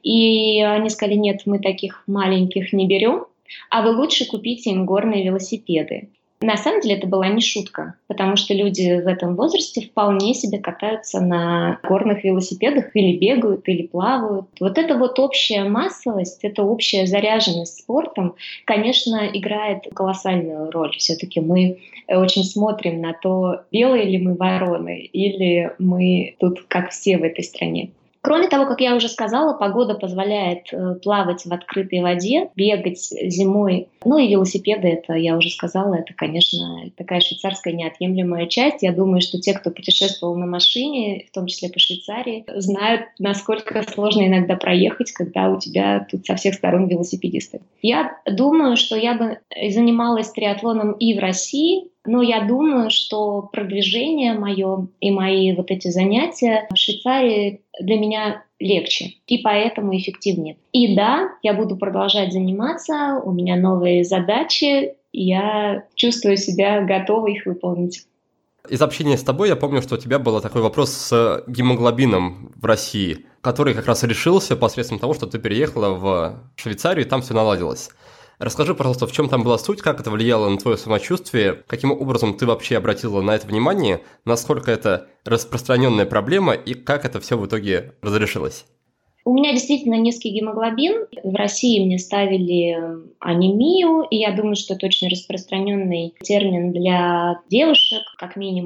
и они сказали, нет, мы таких маленьких не берем, а вы лучше купите им горные велосипеды. На самом деле это была не шутка, потому что люди в этом возрасте вполне себе катаются на горных велосипедах или бегают, или плавают. Вот эта вот общая массовость, эта общая заряженность спортом, конечно, играет колоссальную роль. Все-таки мы очень смотрим на то, белые ли мы вороны, или мы тут как все в этой стране. Кроме того, как я уже сказала, погода позволяет э, плавать в открытой воде, бегать зимой. Ну и велосипеды, это я уже сказала, это, конечно, такая швейцарская неотъемлемая часть. Я думаю, что те, кто путешествовал на машине, в том числе по Швейцарии, знают, насколько сложно иногда проехать, когда у тебя тут со всех сторон велосипедисты. Я думаю, что я бы занималась триатлоном и в России, но я думаю, что продвижение мое и мои вот эти занятия в Швейцарии для меня легче и поэтому эффективнее. И да, я буду продолжать заниматься, у меня новые задачи, и я чувствую себя готовой их выполнить. Из общения с тобой я помню, что у тебя был такой вопрос с гемоглобином в России, который как раз решился посредством того, что ты переехала в Швейцарию, и там все наладилось. Расскажи, пожалуйста, в чем там была суть, как это влияло на твое самочувствие, каким образом ты вообще обратила на это внимание, насколько это распространенная проблема и как это все в итоге разрешилось? У меня действительно низкий гемоглобин. В России мне ставили анемию, и я думаю, что это очень распространенный термин для девушек, как минимум.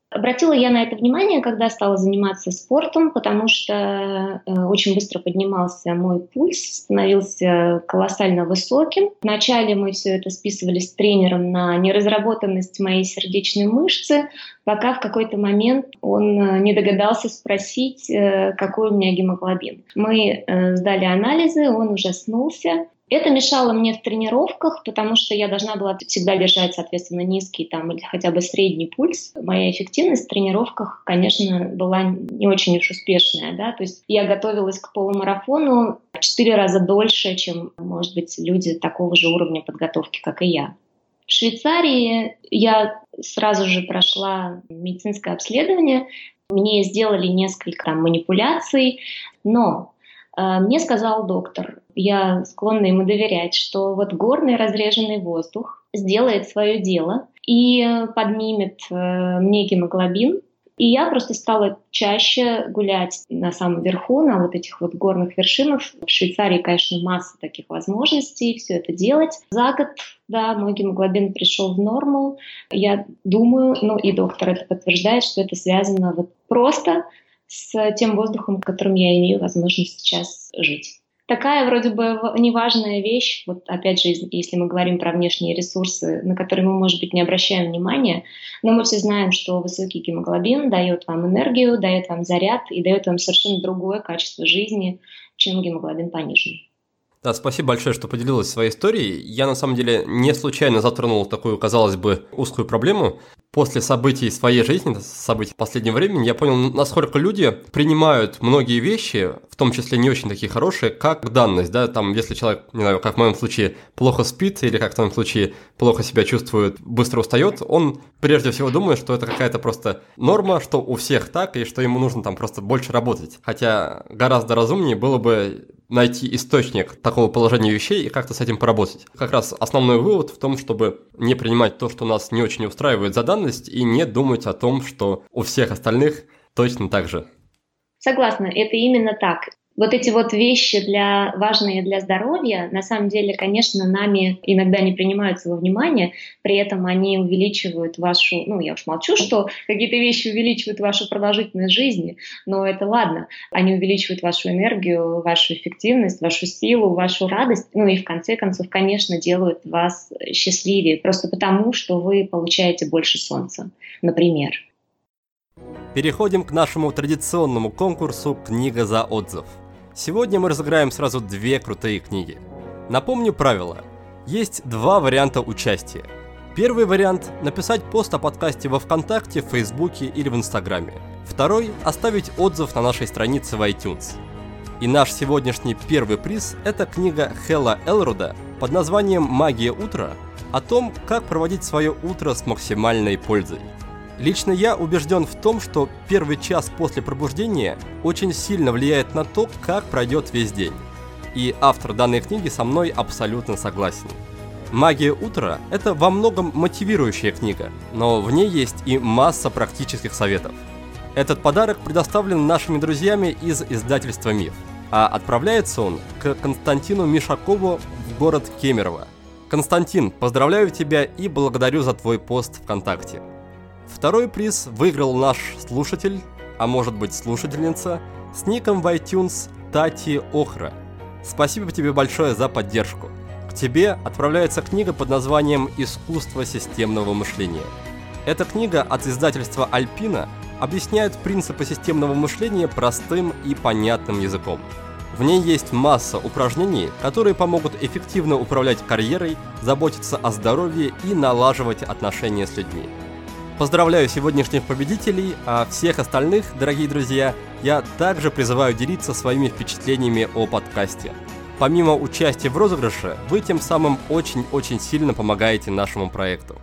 Обратила я на это внимание, когда стала заниматься спортом, потому что э, очень быстро поднимался мой пульс, становился колоссально высоким. Вначале мы все это списывали с тренером на неразработанность моей сердечной мышцы, пока в какой-то момент он не догадался спросить, э, какой у меня гемоглобин. Мы э, сдали анализы, он ужаснулся. Это мешало мне в тренировках, потому что я должна была всегда держать, соответственно, низкий там, или хотя бы средний пульс. Моя эффективность в тренировках, конечно, была не очень уж успешная. Да? То есть я готовилась к полумарафону в четыре раза дольше, чем, может быть, люди такого же уровня подготовки, как и я. В Швейцарии я сразу же прошла медицинское обследование. Мне сделали несколько там, манипуляций, но мне сказал доктор, я склонна ему доверять, что вот горный разреженный воздух сделает свое дело и поднимет мне гемоглобин. И я просто стала чаще гулять на самом верху, на вот этих вот горных вершинах. В Швейцарии, конечно, масса таких возможностей все это делать. За год, да, мой гемоглобин пришел в норму. Я думаю, ну и доктор это подтверждает, что это связано вот просто с тем воздухом, которым я имею возможность сейчас жить. Такая вроде бы неважная вещь, вот опять же, если мы говорим про внешние ресурсы, на которые мы, может быть, не обращаем внимания, но мы все знаем, что высокий гемоглобин дает вам энергию, дает вам заряд и дает вам совершенно другое качество жизни, чем гемоглобин пониженный. Да, спасибо большое, что поделилась своей историей. Я, на самом деле, не случайно затронул такую, казалось бы, узкую проблему. После событий своей жизни, событий последнего времени, я понял, насколько люди принимают многие вещи, в том числе не очень такие хорошие, как данность. Да? Там, если человек, не знаю, как в моем случае, плохо спит или как в том случае плохо себя чувствует, быстро устает, он прежде всего думает, что это какая-то просто норма, что у всех так, и что ему нужно там просто больше работать. Хотя гораздо разумнее было бы найти источник такого положения вещей и как-то с этим поработать. Как раз основной вывод в том, чтобы не принимать то, что нас не очень устраивает за данность, и не думать о том, что у всех остальных точно так же. Согласна, это именно так. Вот эти вот вещи, для, важные для здоровья, на самом деле, конечно, нами иногда не принимаются во внимание, при этом они увеличивают вашу, ну, я уж молчу, что какие-то вещи увеличивают вашу продолжительность жизни, но это ладно. Они увеличивают вашу энергию, вашу эффективность, вашу силу, вашу радость, ну и в конце концов, конечно, делают вас счастливее, просто потому, что вы получаете больше солнца, например. Переходим к нашему традиционному конкурсу «Книга за отзыв». Сегодня мы разыграем сразу две крутые книги. Напомню правила. Есть два варианта участия. Первый вариант – написать пост о подкасте во ВКонтакте, в Фейсбуке или в Инстаграме. Второй – оставить отзыв на нашей странице в iTunes. И наш сегодняшний первый приз – это книга Хэлла Элрода под названием «Магия утра» о том, как проводить свое утро с максимальной пользой. Лично я убежден в том, что первый час после пробуждения очень сильно влияет на то, как пройдет весь день. И автор данной книги со мной абсолютно согласен. «Магия утра» — это во многом мотивирующая книга, но в ней есть и масса практических советов. Этот подарок предоставлен нашими друзьями из издательства «Миф», а отправляется он к Константину Мишакову в город Кемерово. Константин, поздравляю тебя и благодарю за твой пост ВКонтакте. Второй приз выиграл наш слушатель, а может быть слушательница, с ником в iTunes Тати Охра. Спасибо тебе большое за поддержку. К тебе отправляется книга под названием «Искусство системного мышления». Эта книга от издательства Альпина объясняет принципы системного мышления простым и понятным языком. В ней есть масса упражнений, которые помогут эффективно управлять карьерой, заботиться о здоровье и налаживать отношения с людьми. Поздравляю сегодняшних победителей, а всех остальных, дорогие друзья, я также призываю делиться своими впечатлениями о подкасте. Помимо участия в розыгрыше, вы тем самым очень-очень сильно помогаете нашему проекту.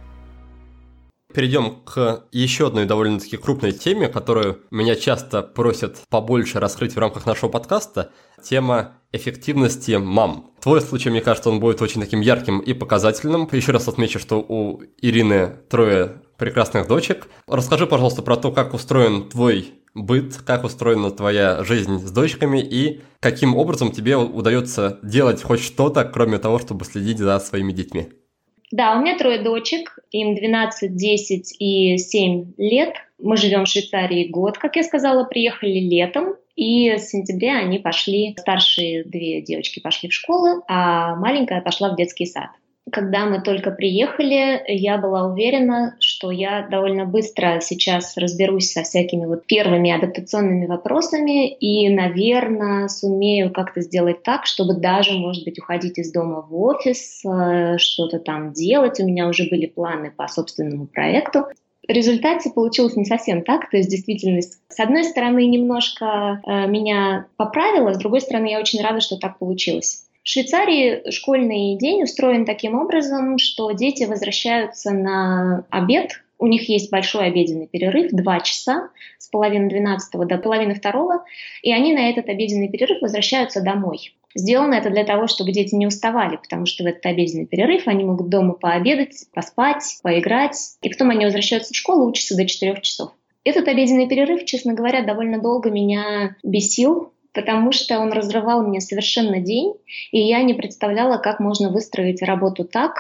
Перейдем к еще одной довольно-таки крупной теме, которую меня часто просят побольше раскрыть в рамках нашего подкаста. Тема эффективности мам. Твой случай, мне кажется, он будет очень таким ярким и показательным. Еще раз отмечу, что у Ирины трое прекрасных дочек. Расскажи, пожалуйста, про то, как устроен твой быт, как устроена твоя жизнь с дочками и каким образом тебе удается делать хоть что-то, кроме того, чтобы следить за своими детьми. Да, у меня трое дочек, им двенадцать, десять и семь лет. Мы живем в Швейцарии год, как я сказала, приехали летом. И с сентября они пошли, старшие две девочки пошли в школу, а маленькая пошла в детский сад. Когда мы только приехали, я была уверена, что я довольно быстро сейчас разберусь со всякими вот первыми адаптационными вопросами и, наверное, сумею как-то сделать так, чтобы даже, может быть, уходить из дома в офис, что-то там делать. У меня уже были планы по собственному проекту. В результате получилось не совсем так, то есть действительность, с одной стороны, немножко э, меня поправила, с другой стороны, я очень рада, что так получилось. В Швейцарии школьный день устроен таким образом, что дети возвращаются на обед. У них есть большой обеденный перерыв, два часа, с половины двенадцатого до половины второго, и они на этот обеденный перерыв возвращаются домой. Сделано это для того, чтобы дети не уставали, потому что в этот обеденный перерыв они могут дома пообедать, поспать, поиграть, и потом они возвращаются в школу, учатся до четырех часов. Этот обеденный перерыв, честно говоря, довольно долго меня бесил, потому что он разрывал мне совершенно день, и я не представляла, как можно выстроить работу так,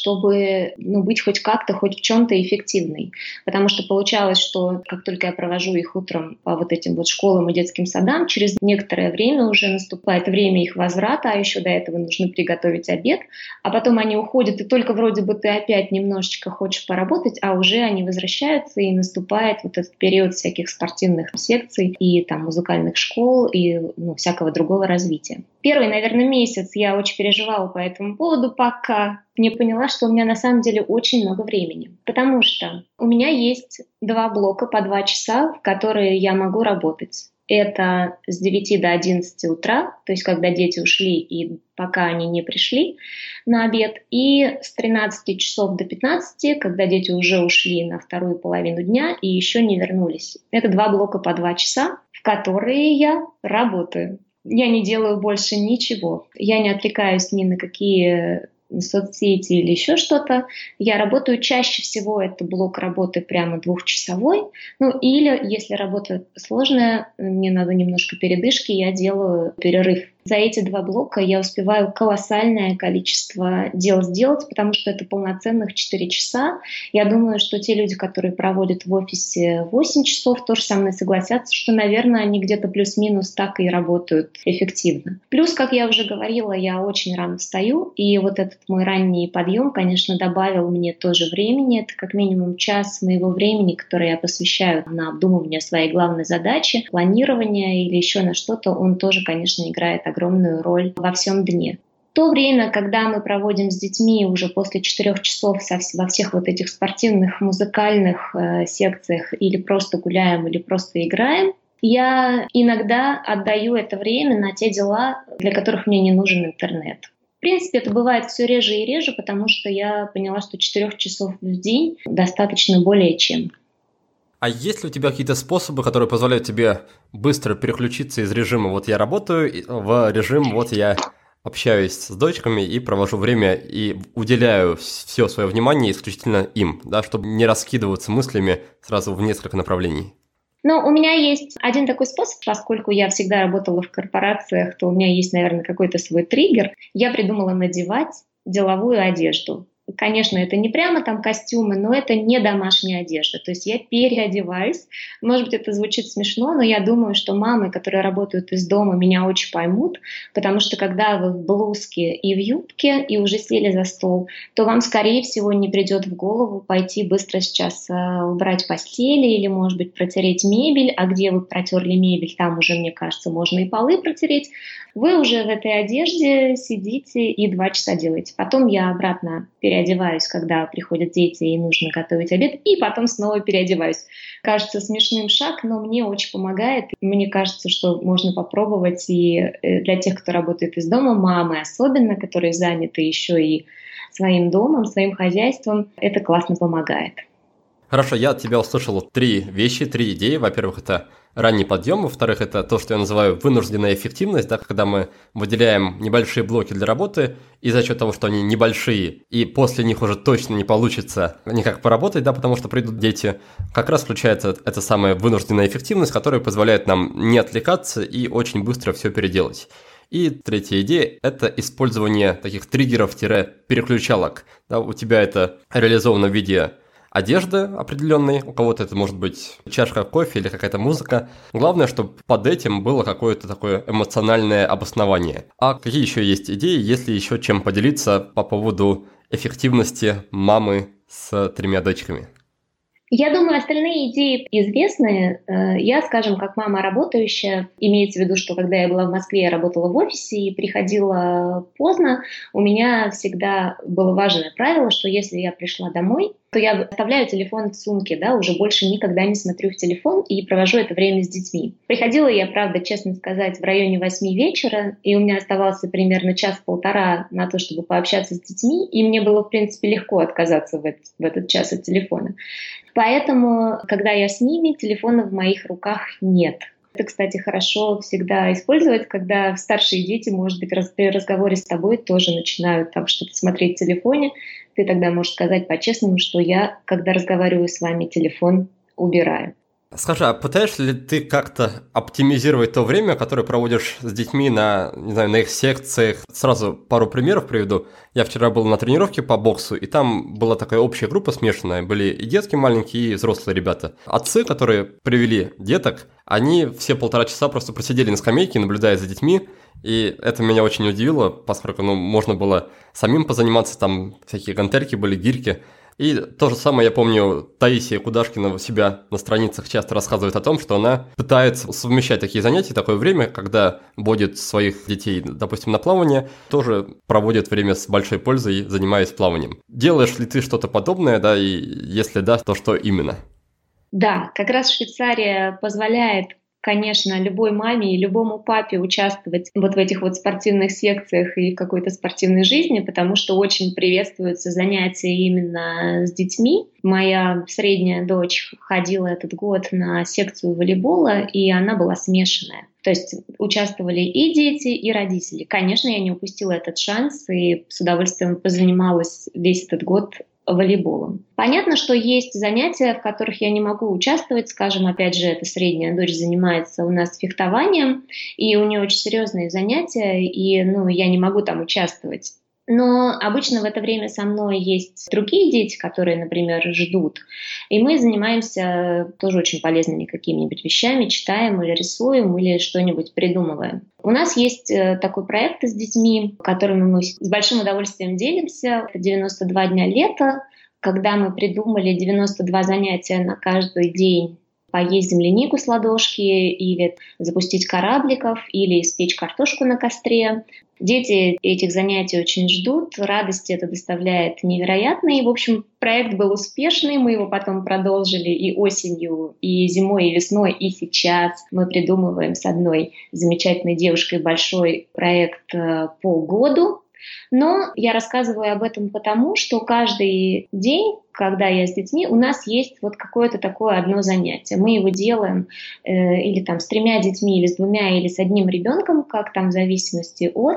чтобы ну, быть хоть как-то, хоть в чем-то эффективной. Потому что получалось, что как только я провожу их утром по вот этим вот школам и детским садам, через некоторое время уже наступает время их возврата, а еще до этого нужно приготовить обед, а потом они уходят, и только вроде бы ты опять немножечко хочешь поработать, а уже они возвращаются, и наступает вот этот период всяких спортивных секций и там музыкальных школ и ну, всякого другого развития. Первый, наверное, месяц я очень переживала по этому поводу, пока не поняла, что у меня на самом деле очень много времени. Потому что у меня есть два блока по два часа, в которые я могу работать. Это с девяти до одиннадцати утра, то есть когда дети ушли и пока они не пришли на обед, и с тринадцати часов до пятнадцати, когда дети уже ушли на вторую половину дня и еще не вернулись. Это два блока по два часа, в которые я работаю. Я не делаю больше ничего. Я не отвлекаюсь ни на какие соцсети или еще что-то. Я работаю чаще всего, это блок работы прямо двухчасовой. Ну или, если работа сложная, мне надо немножко передышки, я делаю перерыв. За эти два блока я успеваю колоссальное количество дел сделать, потому что это полноценных четыре часа. Я думаю, что те люди, которые проводят в офисе восемь часов, тоже со мной согласятся, что, наверное, они где-то плюс-минус так и работают эффективно. Плюс, как я уже говорила, я очень рано встаю, и вот этот мой ранний подъем, конечно, добавил мне тоже времени. Это как минимум час моего времени, которое я посвящаю на обдумывание своей главной задачи, планирование или еще на что-то, он тоже, конечно, играет огромную роль во всем дне. В то время, когда мы проводим с детьми уже после четырех часов во всех вот этих спортивных, музыкальных э, секциях или просто гуляем, или просто играем, я иногда отдаю это время на те дела, для которых мне не нужен интернет. В принципе, это бывает все реже и реже, потому что я поняла, что четырех часов в день достаточно более чем. А есть ли у тебя какие-то способы, которые позволяют тебе быстро переключиться из режима «вот я работаю» в режим «вот я общаюсь с дочками и провожу время и уделяю все свое внимание исключительно им», да, чтобы не раскидываться мыслями сразу в несколько направлений? Ну, у меня есть один такой способ, поскольку я всегда работала в корпорациях, то у меня есть, наверное, какой-то свой триггер. Я придумала надевать деловую одежду. Конечно, это не прямо там костюмы, но это не домашняя одежда. То есть я переодеваюсь. Может быть, это звучит смешно, но я думаю, что мамы, которые работают из дома, меня очень поймут, потому что когда вы в блузке и в юбке и уже сели за стол, то вам, скорее всего, не придет в голову пойти быстро сейчас убрать постели или, может быть, протереть мебель. А где вы протерли мебель, там уже, мне кажется, можно и полы протереть. Вы уже в этой одежде сидите и два часа делаете. Потом я обратно переодеваюсь, когда приходят дети и нужно готовить обед, и потом снова переодеваюсь. Кажется смешным шаг, но мне очень помогает. Мне кажется, что можно попробовать и для тех, кто работает из дома, мамы особенно, которые заняты еще и своим домом, своим хозяйством, это классно помогает. Хорошо, я от тебя услышал три вещи, три идеи. Во-первых, это ранний подъем, во-вторых, это то, что я называю вынужденная эффективность, да, когда мы выделяем небольшие блоки для работы, и за счет того, что они небольшие, и после них уже точно не получится никак поработать, да, потому что придут дети, как раз включается эта самая вынужденная эффективность, которая позволяет нам не отвлекаться и очень быстро все переделать. И третья идея – это использование таких триггеров-переключалок. Да, у тебя это реализовано в виде одежды определенной, у кого-то это может быть чашка кофе или какая-то музыка. Главное, чтобы под этим было какое-то такое эмоциональное обоснование. А какие еще есть идеи, если еще чем поделиться по поводу эффективности мамы с тремя дочками? Я думаю, остальные идеи известны. Я, скажем, как мама работающая, имеется в виду, что когда я была в Москве, я работала в офисе и приходила поздно, у меня всегда было важное правило, что если я пришла домой, то я оставляю телефон в сумке, да, уже больше никогда не смотрю в телефон и провожу это время с детьми. Приходила я, правда, честно сказать, в районе восьми вечера, и у меня оставался примерно час-полтора на то, чтобы пообщаться с детьми, и мне было, в принципе, легко отказаться в этот, в этот час от телефона. Поэтому, когда я с ними, телефона в моих руках нет. Это, кстати, хорошо всегда использовать, когда старшие дети, может быть, при разговоре с тобой тоже начинают там что-то смотреть в телефоне. Ты тогда можешь сказать по-честному, что я, когда разговариваю с вами, телефон убираю. Скажи, а пытаешься ли ты как-то оптимизировать то время, которое проводишь с детьми на, не знаю, на их секциях? Сразу пару примеров приведу. Я вчера был на тренировке по боксу, и там была такая общая группа смешанная. Были и детки маленькие, и взрослые ребята. Отцы, которые привели деток, они все полтора часа просто просидели на скамейке, наблюдая за детьми. И это меня очень удивило, поскольку ну, можно было самим позаниматься, там всякие гантельки были, гирьки. И то же самое, я помню, Таисия Кудашкина у себя на страницах часто рассказывает о том, что она пытается совмещать такие занятия, такое время, когда водит своих детей, допустим, на плавание, тоже проводит время с большой пользой, занимаясь плаванием. Делаешь ли ты что-то подобное, да, и если да, то что именно? Да, как раз Швейцария позволяет, конечно, любой маме и любому папе участвовать вот в этих вот спортивных секциях и в какой-то спортивной жизни, потому что очень приветствуются занятия именно с детьми. Моя средняя дочь ходила этот год на секцию волейбола, и она была смешанная. То есть участвовали и дети, и родители. Конечно, я не упустила этот шанс и с удовольствием позанималась весь этот год волейболом. Понятно, что есть занятия, в которых я не могу участвовать. Скажем, опять же, эта средняя дочь занимается у нас фехтованием, и у нее очень серьезные занятия, и ну, я не могу там участвовать. Но обычно в это время со мной есть другие дети, которые, например, ждут. И мы занимаемся тоже очень полезными какими-нибудь вещами, читаем или рисуем, или что-нибудь придумываем. У нас есть такой проект с детьми, которыми мы с большим удовольствием делимся. Это девяносто два дня лета, когда мы придумали девяносто два занятия на каждый день. Поесть землянику с ладошки, или запустить корабликов, или испечь картошку на костре. Дети этих занятий очень ждут, радости это доставляет невероятно. И, в общем, проект был успешный, мы его потом продолжили и осенью, и зимой, и весной, и сейчас. Мы придумываем с одной замечательной девушкой большой проект по году. Но я рассказываю об этом потому, что каждый день, когда я с детьми, у нас есть вот какое-то такое одно занятие. Мы его делаем э, или там с тремя детьми, или с двумя, или с одним ребенком, как там в зависимости от.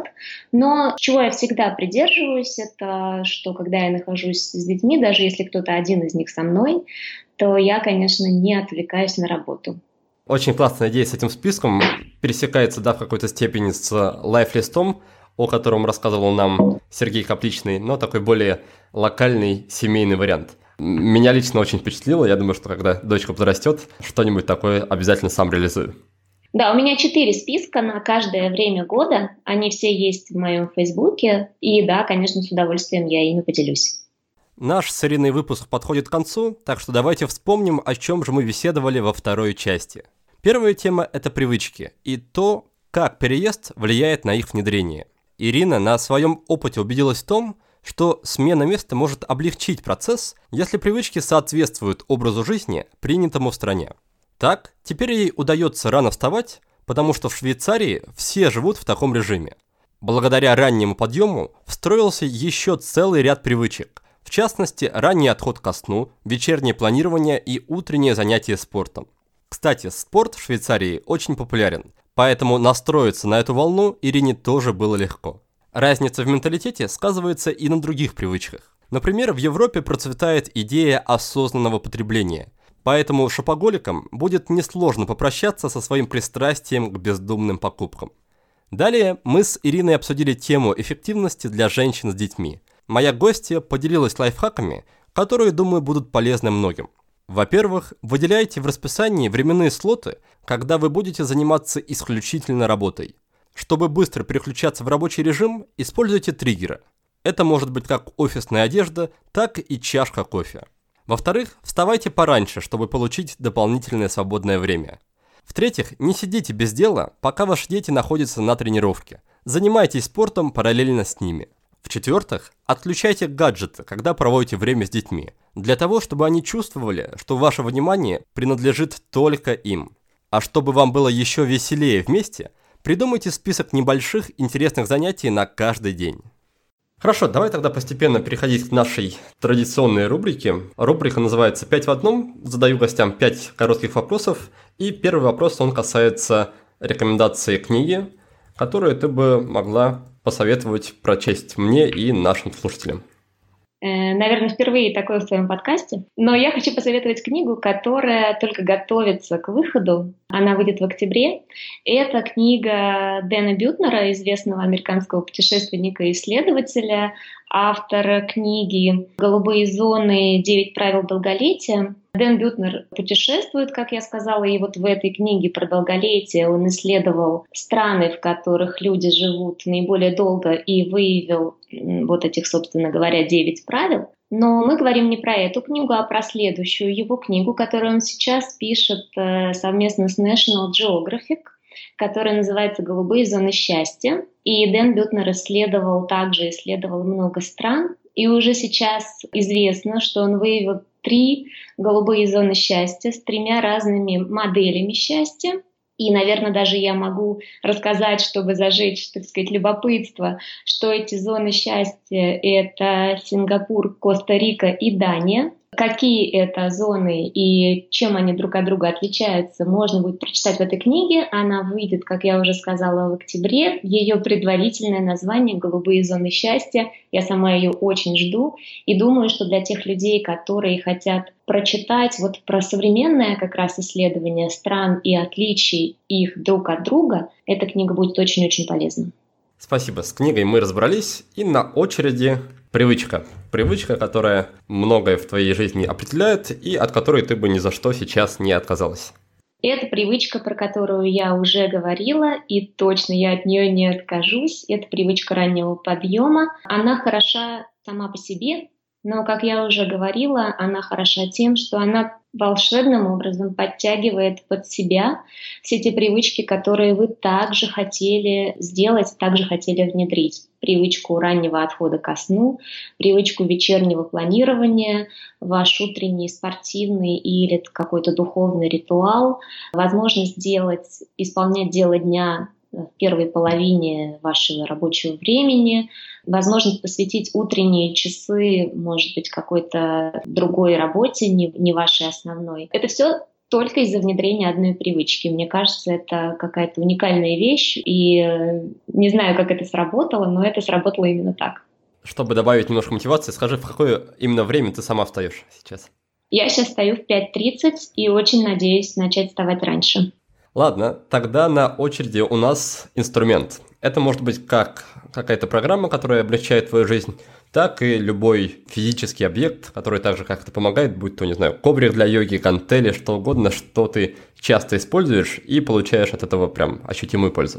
Но чего я всегда придерживаюсь, это что когда я нахожусь с детьми, даже если кто-то один из них со мной, то я, конечно, не отвлекаюсь на работу. Очень классная идея с этим списком. Пересекается, да, в какой-то степени с лайфлистом, о котором рассказывал нам Сергей Капличный, но такой более локальный семейный вариант. Меня лично очень впечатлило, я думаю, что когда дочка подрастет, что-нибудь такое обязательно сам реализую. Да, у меня четыре списка на каждое время года, они все есть в моем фейсбуке, и да, конечно, с удовольствием я ими поделюсь. Наш с Ириной выпуск подходит к концу, так что давайте вспомним, о чем же мы беседовали во второй части. Первая тема – это привычки и то, как переезд влияет на их внедрение. Ирина на своем опыте убедилась в том, что смена места может облегчить процесс, если привычки соответствуют образу жизни, принятому в стране. Так, теперь ей удается рано вставать, потому что в Швейцарии все живут в таком режиме. Благодаря раннему подъему встроился еще целый ряд привычек, в частности, ранний отход ко сну, вечернее планирование и утреннее занятие спортом. Кстати, спорт в Швейцарии очень популярен, поэтому настроиться на эту волну Ирине тоже было легко. Разница в менталитете сказывается и на других привычках. Например, в Европе процветает идея осознанного потребления, поэтому шопоголикам будет несложно попрощаться со своим пристрастием к бездумным покупкам. Далее мы с Ириной обсудили тему эффективности для женщин с детьми. Моя гостья поделилась лайфхаками, которые, думаю, будут полезны многим. Во-первых, выделяйте в расписании временные слоты, когда вы будете заниматься исключительно работой. Чтобы быстро переключаться в рабочий режим, используйте триггеры. Это может быть как офисная одежда, так и чашка кофе. Во-вторых, вставайте пораньше, чтобы получить дополнительное свободное время. В-третьих, не сидите без дела, пока ваши дети находятся на тренировке. Занимайтесь спортом параллельно с ними. В-четвертых, отключайте гаджеты, когда проводите время с детьми, для того, чтобы они чувствовали, что ваше внимание принадлежит только им. А чтобы вам было еще веселее вместе, придумайте список небольших интересных занятий на каждый день. Хорошо, давай тогда постепенно переходить к нашей традиционной рубрике. Рубрика называется «пять в одном». Задаю гостям пять коротких вопросов. И первый вопрос, он касается рекомендации книги, которую ты бы могла посоветовать прочесть мне и нашим слушателям. Наверное, впервые такое в своем подкасте. Но я хочу посоветовать книгу, которая только готовится к выходу. Она выйдет в октябре. Это книга Дэна Бютнера, известного американского путешественника и исследователя, автора книги «Голубые зоны. Девять правил долголетия». Дэн Бютнер путешествует, как я сказала, и вот в этой книге про долголетие он исследовал страны, в которых люди живут наиболее долго, и выявил вот этих, собственно говоря, девять правил. Но мы говорим не про эту книгу, а про следующую его книгу, которую он сейчас пишет совместно с National Geographic, которая называется «Голубые зоны счастья». И Дэн Бютнер исследовал, также исследовал много стран, и уже сейчас известно, что он выявил три голубые зоны счастья с тремя разными моделями счастья. И, наверное, даже я могу рассказать, чтобы зажечь, так сказать, любопытство, что эти зоны счастья — это Сингапур, Коста-Рика и Дания. Какие это зоны и чем они друг от друга отличаются, можно будет прочитать в этой книге. Она выйдет, как я уже сказала, в октябре. Ее предварительное название «Голубые зоны счастья». Я сама ее очень жду и думаю, что для тех людей, которые хотят прочитать вот про современное как раз исследование стран и отличий их друг от друга, эта книга будет очень-очень полезна. Спасибо. С книгой мы разобрались, и на очереди привычка. Привычка, которая многое в твоей жизни определяет и от которой ты бы ни за что сейчас не отказалась. Это привычка, про которую я уже говорила, и точно я от нее не откажусь. Это привычка раннего подъема. Она хороша сама по себе, но, как я уже говорила, она хороша тем, что она волшебным образом подтягивает под себя все те привычки, которые вы также хотели сделать, также хотели внедрить. Привычку раннего отхода ко сну, привычку вечернего планирования, ваш утренний спортивный или какой-то духовный ритуал, возможность делать, исполнять дело дня в первой половине вашего рабочего времени, возможность посвятить утренние часы, может быть, какой-то другой работе, не, не вашей основной. Это все только из-за внедрения одной привычки. Мне кажется, это какая-то уникальная вещь, и не знаю, как это сработало, но это сработало именно так. Чтобы добавить немножко мотивации, скажи, в какое именно время ты сама встаешь сейчас? Я сейчас встаю в пять тридцать и очень надеюсь начать вставать раньше. Ладно, тогда на очереди у нас инструмент. Это может быть как какая-то программа, которая облегчает твою жизнь, так и любой физический объект, который также как-то помогает, будь то, не знаю, коврик для йоги, гантели, что угодно, что ты часто используешь и получаешь от этого прям ощутимую пользу.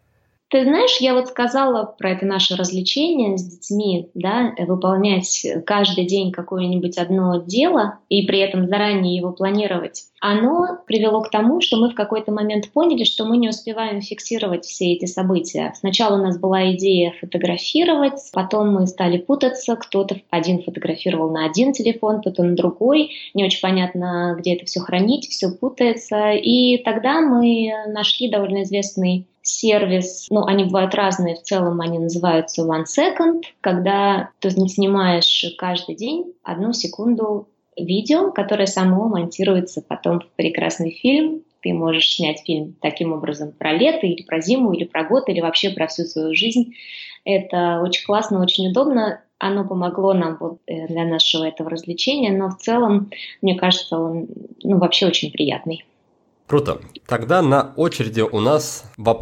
Ты знаешь, я вот сказала про это наше развлечение с детьми, да, выполнять каждый день какое-нибудь одно дело и при этом заранее его планировать. Оно привело к тому, что мы в какой-то момент поняли, что мы не успеваем фиксировать все эти события. Сначала у нас была идея фотографировать, потом мы стали путаться, кто-то один фотографировал на один телефон, кто-то на другой, не очень понятно, где это все хранить, все путается. И тогда мы нашли довольно известный сервис, ну, они бывают разные, в целом они называются One Second, когда ты снимаешь каждый день одну секунду видео, которое само монтируется потом в прекрасный фильм. Ты можешь снять фильм таким образом про лето, или про зиму, или про год, или вообще про всю свою жизнь. Это очень классно, очень удобно. Оно помогло нам вот для нашего этого развлечения, но в целом, мне кажется, он ну, вообще очень приятный. Круто. Тогда на очереди у нас вопрос.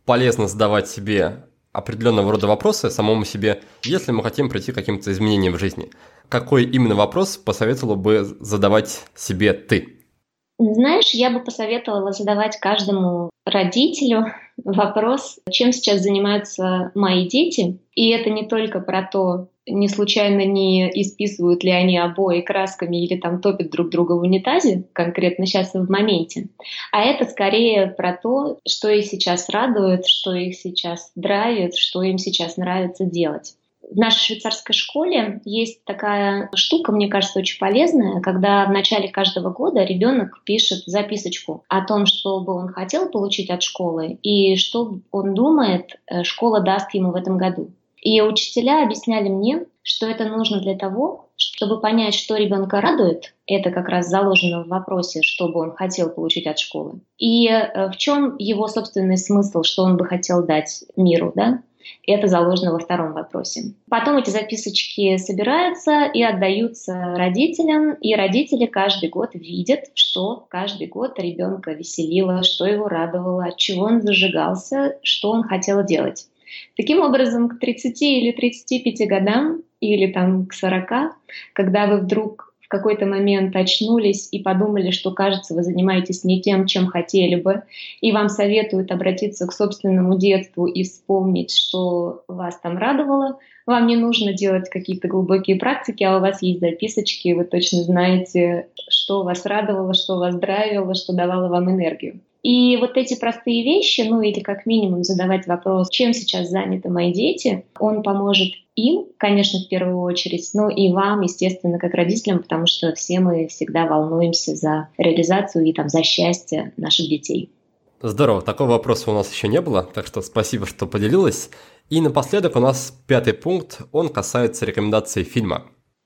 полезно задавать себе определенного рода вопросы самому себе, если мы хотим прийти к каким-то изменениям в жизни. Какой именно вопрос посоветовала бы задавать себе ты? Знаешь, я бы посоветовала задавать каждому родителю вопрос, чем сейчас занимаются мои дети. И это не только про то, не случайно не исписывают ли они обои красками или там топят друг друга в унитазе, конкретно сейчас в моменте, а это скорее про то, что их сейчас радует, что их сейчас драйвит, что им сейчас нравится делать. В нашей швейцарской школе есть такая штука, мне кажется, очень полезная, когда в начале каждого года ребенок пишет записочку о том, что бы он хотел получить от школы и что он думает, школа даст ему в этом году. И учителя объясняли мне, что это нужно для того, чтобы понять, что ребенка радует. Это как раз заложено в вопросе, что бы он хотел получить от школы. И в чем его собственный смысл, что он бы хотел дать миру, да? Это заложено во втором вопросе. Потом эти записочки собираются и отдаются родителям, и родители каждый год видят, что каждый год ребенка веселило, что его радовало, от чего он зажигался, что он хотел делать. Таким образом, к тридцати или тридцати пяти годам, или там к сорока, когда вы вдруг в какой-то момент очнулись и подумали, что, кажется, вы занимаетесь не тем, чем хотели бы, и вам советуют обратиться к собственному детству и вспомнить, что вас там радовало, вам не нужно делать какие-то глубокие практики, а у вас есть записочки, и вы точно знаете, что вас радовало, что вас драйвило, что давало вам энергию. И вот эти простые вещи, ну или как минимум задавать вопрос, чем сейчас заняты мои дети, он поможет им, конечно, в первую очередь, но и вам, естественно, как родителям, потому что все мы всегда волнуемся за реализацию и там, за счастье наших детей. Здорово, такого вопроса у нас еще не было, так что спасибо, что поделилась. И напоследок у нас пятый пункт, он касается рекомендаций фильма.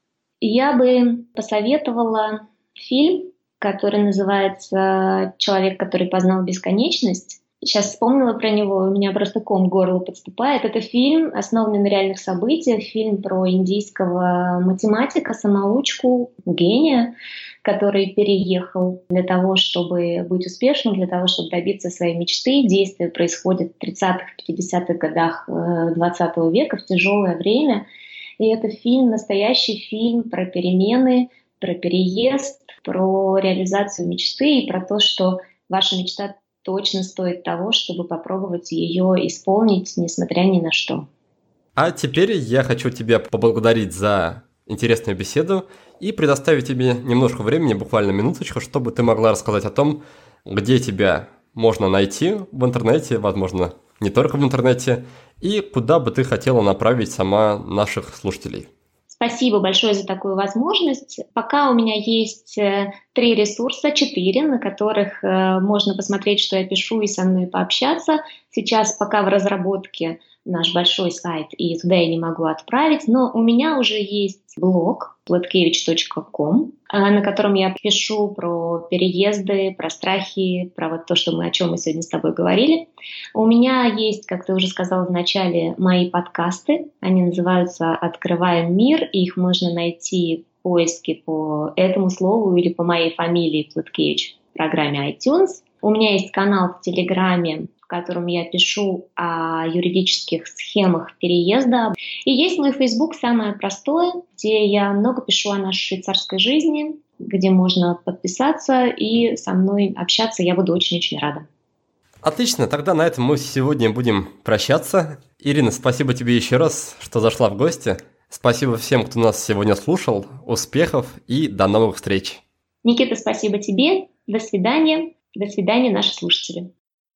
Я бы посоветовала фильм, который называется «Человек, который познал бесконечность». Сейчас вспомнила про него, у меня просто ком к горлу подступает. Это фильм, основанный на реальных событиях, фильм про индийского математика, самоучку, гения, который переехал для того, чтобы быть успешным, для того, чтобы добиться своей мечты. Действие происходит в тридцатых-пятидесятых годах двадцатого века, в тяжелое время. И это фильм, настоящий фильм про перемены, про переезд, про реализацию мечты и про то, что ваша мечта точно стоит того, чтобы попробовать ее исполнить, несмотря ни на что. А теперь я хочу тебя поблагодарить за интересную беседу и предоставить тебе немножко времени, буквально минуточку, чтобы ты могла рассказать о том, где тебя можно найти в интернете, возможно, не только в интернете, и куда бы ты хотела направить сама наших слушателей. Спасибо большое за такую возможность. Пока у меня есть три ресурса, четыре, на которых можно посмотреть, что я пишу, и со мной пообщаться. Сейчас пока в разработке наш большой сайт, и туда я не могу отправить, но у меня уже есть блог плоткевич точка ком, на котором я пишу про переезды, про страхи, про вот то, что мы, о чем мы сегодня с тобой говорили. У меня есть, как ты уже сказала в начале, мои подкасты. Они называются «Открываем мир», и их можно найти в поиске по этому слову или по моей фамилии Плоткевич в программе iTunes. У меня есть канал в Телеграме, в котором я пишу о юридических схемах переезда. И есть мой Facebook, самое простое, где я много пишу о нашей швейцарской жизни, где можно подписаться и со мной общаться. Я буду очень-очень рада. Отлично, тогда на этом мы сегодня будем прощаться. Ирина, спасибо тебе еще раз, что зашла в гости. Спасибо всем, кто нас сегодня слушал. Успехов и до новых встреч. Никита, спасибо тебе. До свидания. До свидания, наши слушатели.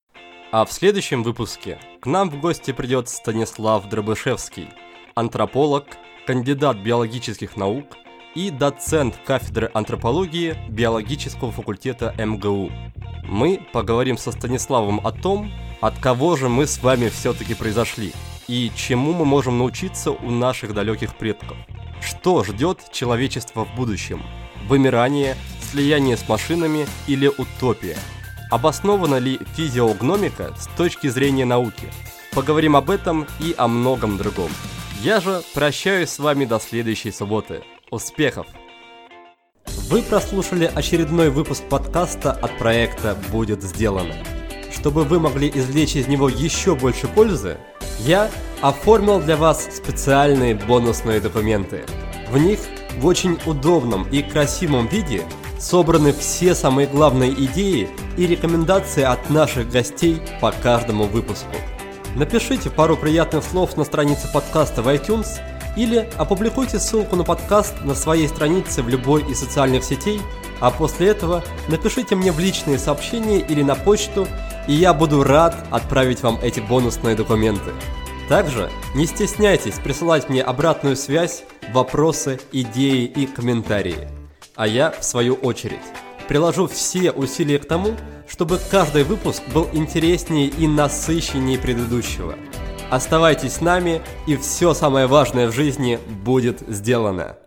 А в следующем выпуске к нам в гости придет Станислав Дробышевский, антрополог, кандидат биологических наук и доцент кафедры антропологии биологического факультета эм гэ у. Мы поговорим со Станиславом о том, от кого же мы с вами все-таки произошли и чему мы можем научиться у наших далеких предков. Что ждет человечество в будущем? Вымирание, слияние с машинами или утопия? Обоснована ли физиогномика с точки зрения науки? Поговорим об этом и о многом другом. Я же прощаюсь с вами до следующей субботы. Успехов! Вы прослушали очередной выпуск подкаста от проекта «Будет сделано». чтобы вы могли извлечь из него еще больше пользы, я оформил для вас специальные бонусные документы. В них в очень удобном и красивом виде собраны все самые главные идеи и рекомендации от наших гостей по каждому выпуску. Напишите пару приятных слов на странице подкаста в iTunes или опубликуйте ссылку на подкаст на своей странице в любой из социальных сетей, а после этого напишите мне в личные сообщения или на почту, и я буду рад отправить вам эти бонусные документы. Также не стесняйтесь присылать мне обратную связь, вопросы, идеи и комментарии. А я, в свою очередь, приложу все усилия к тому, чтобы каждый выпуск был интереснее и насыщеннее предыдущего. Оставайтесь с нами, и все самое важное в жизни будет сделано.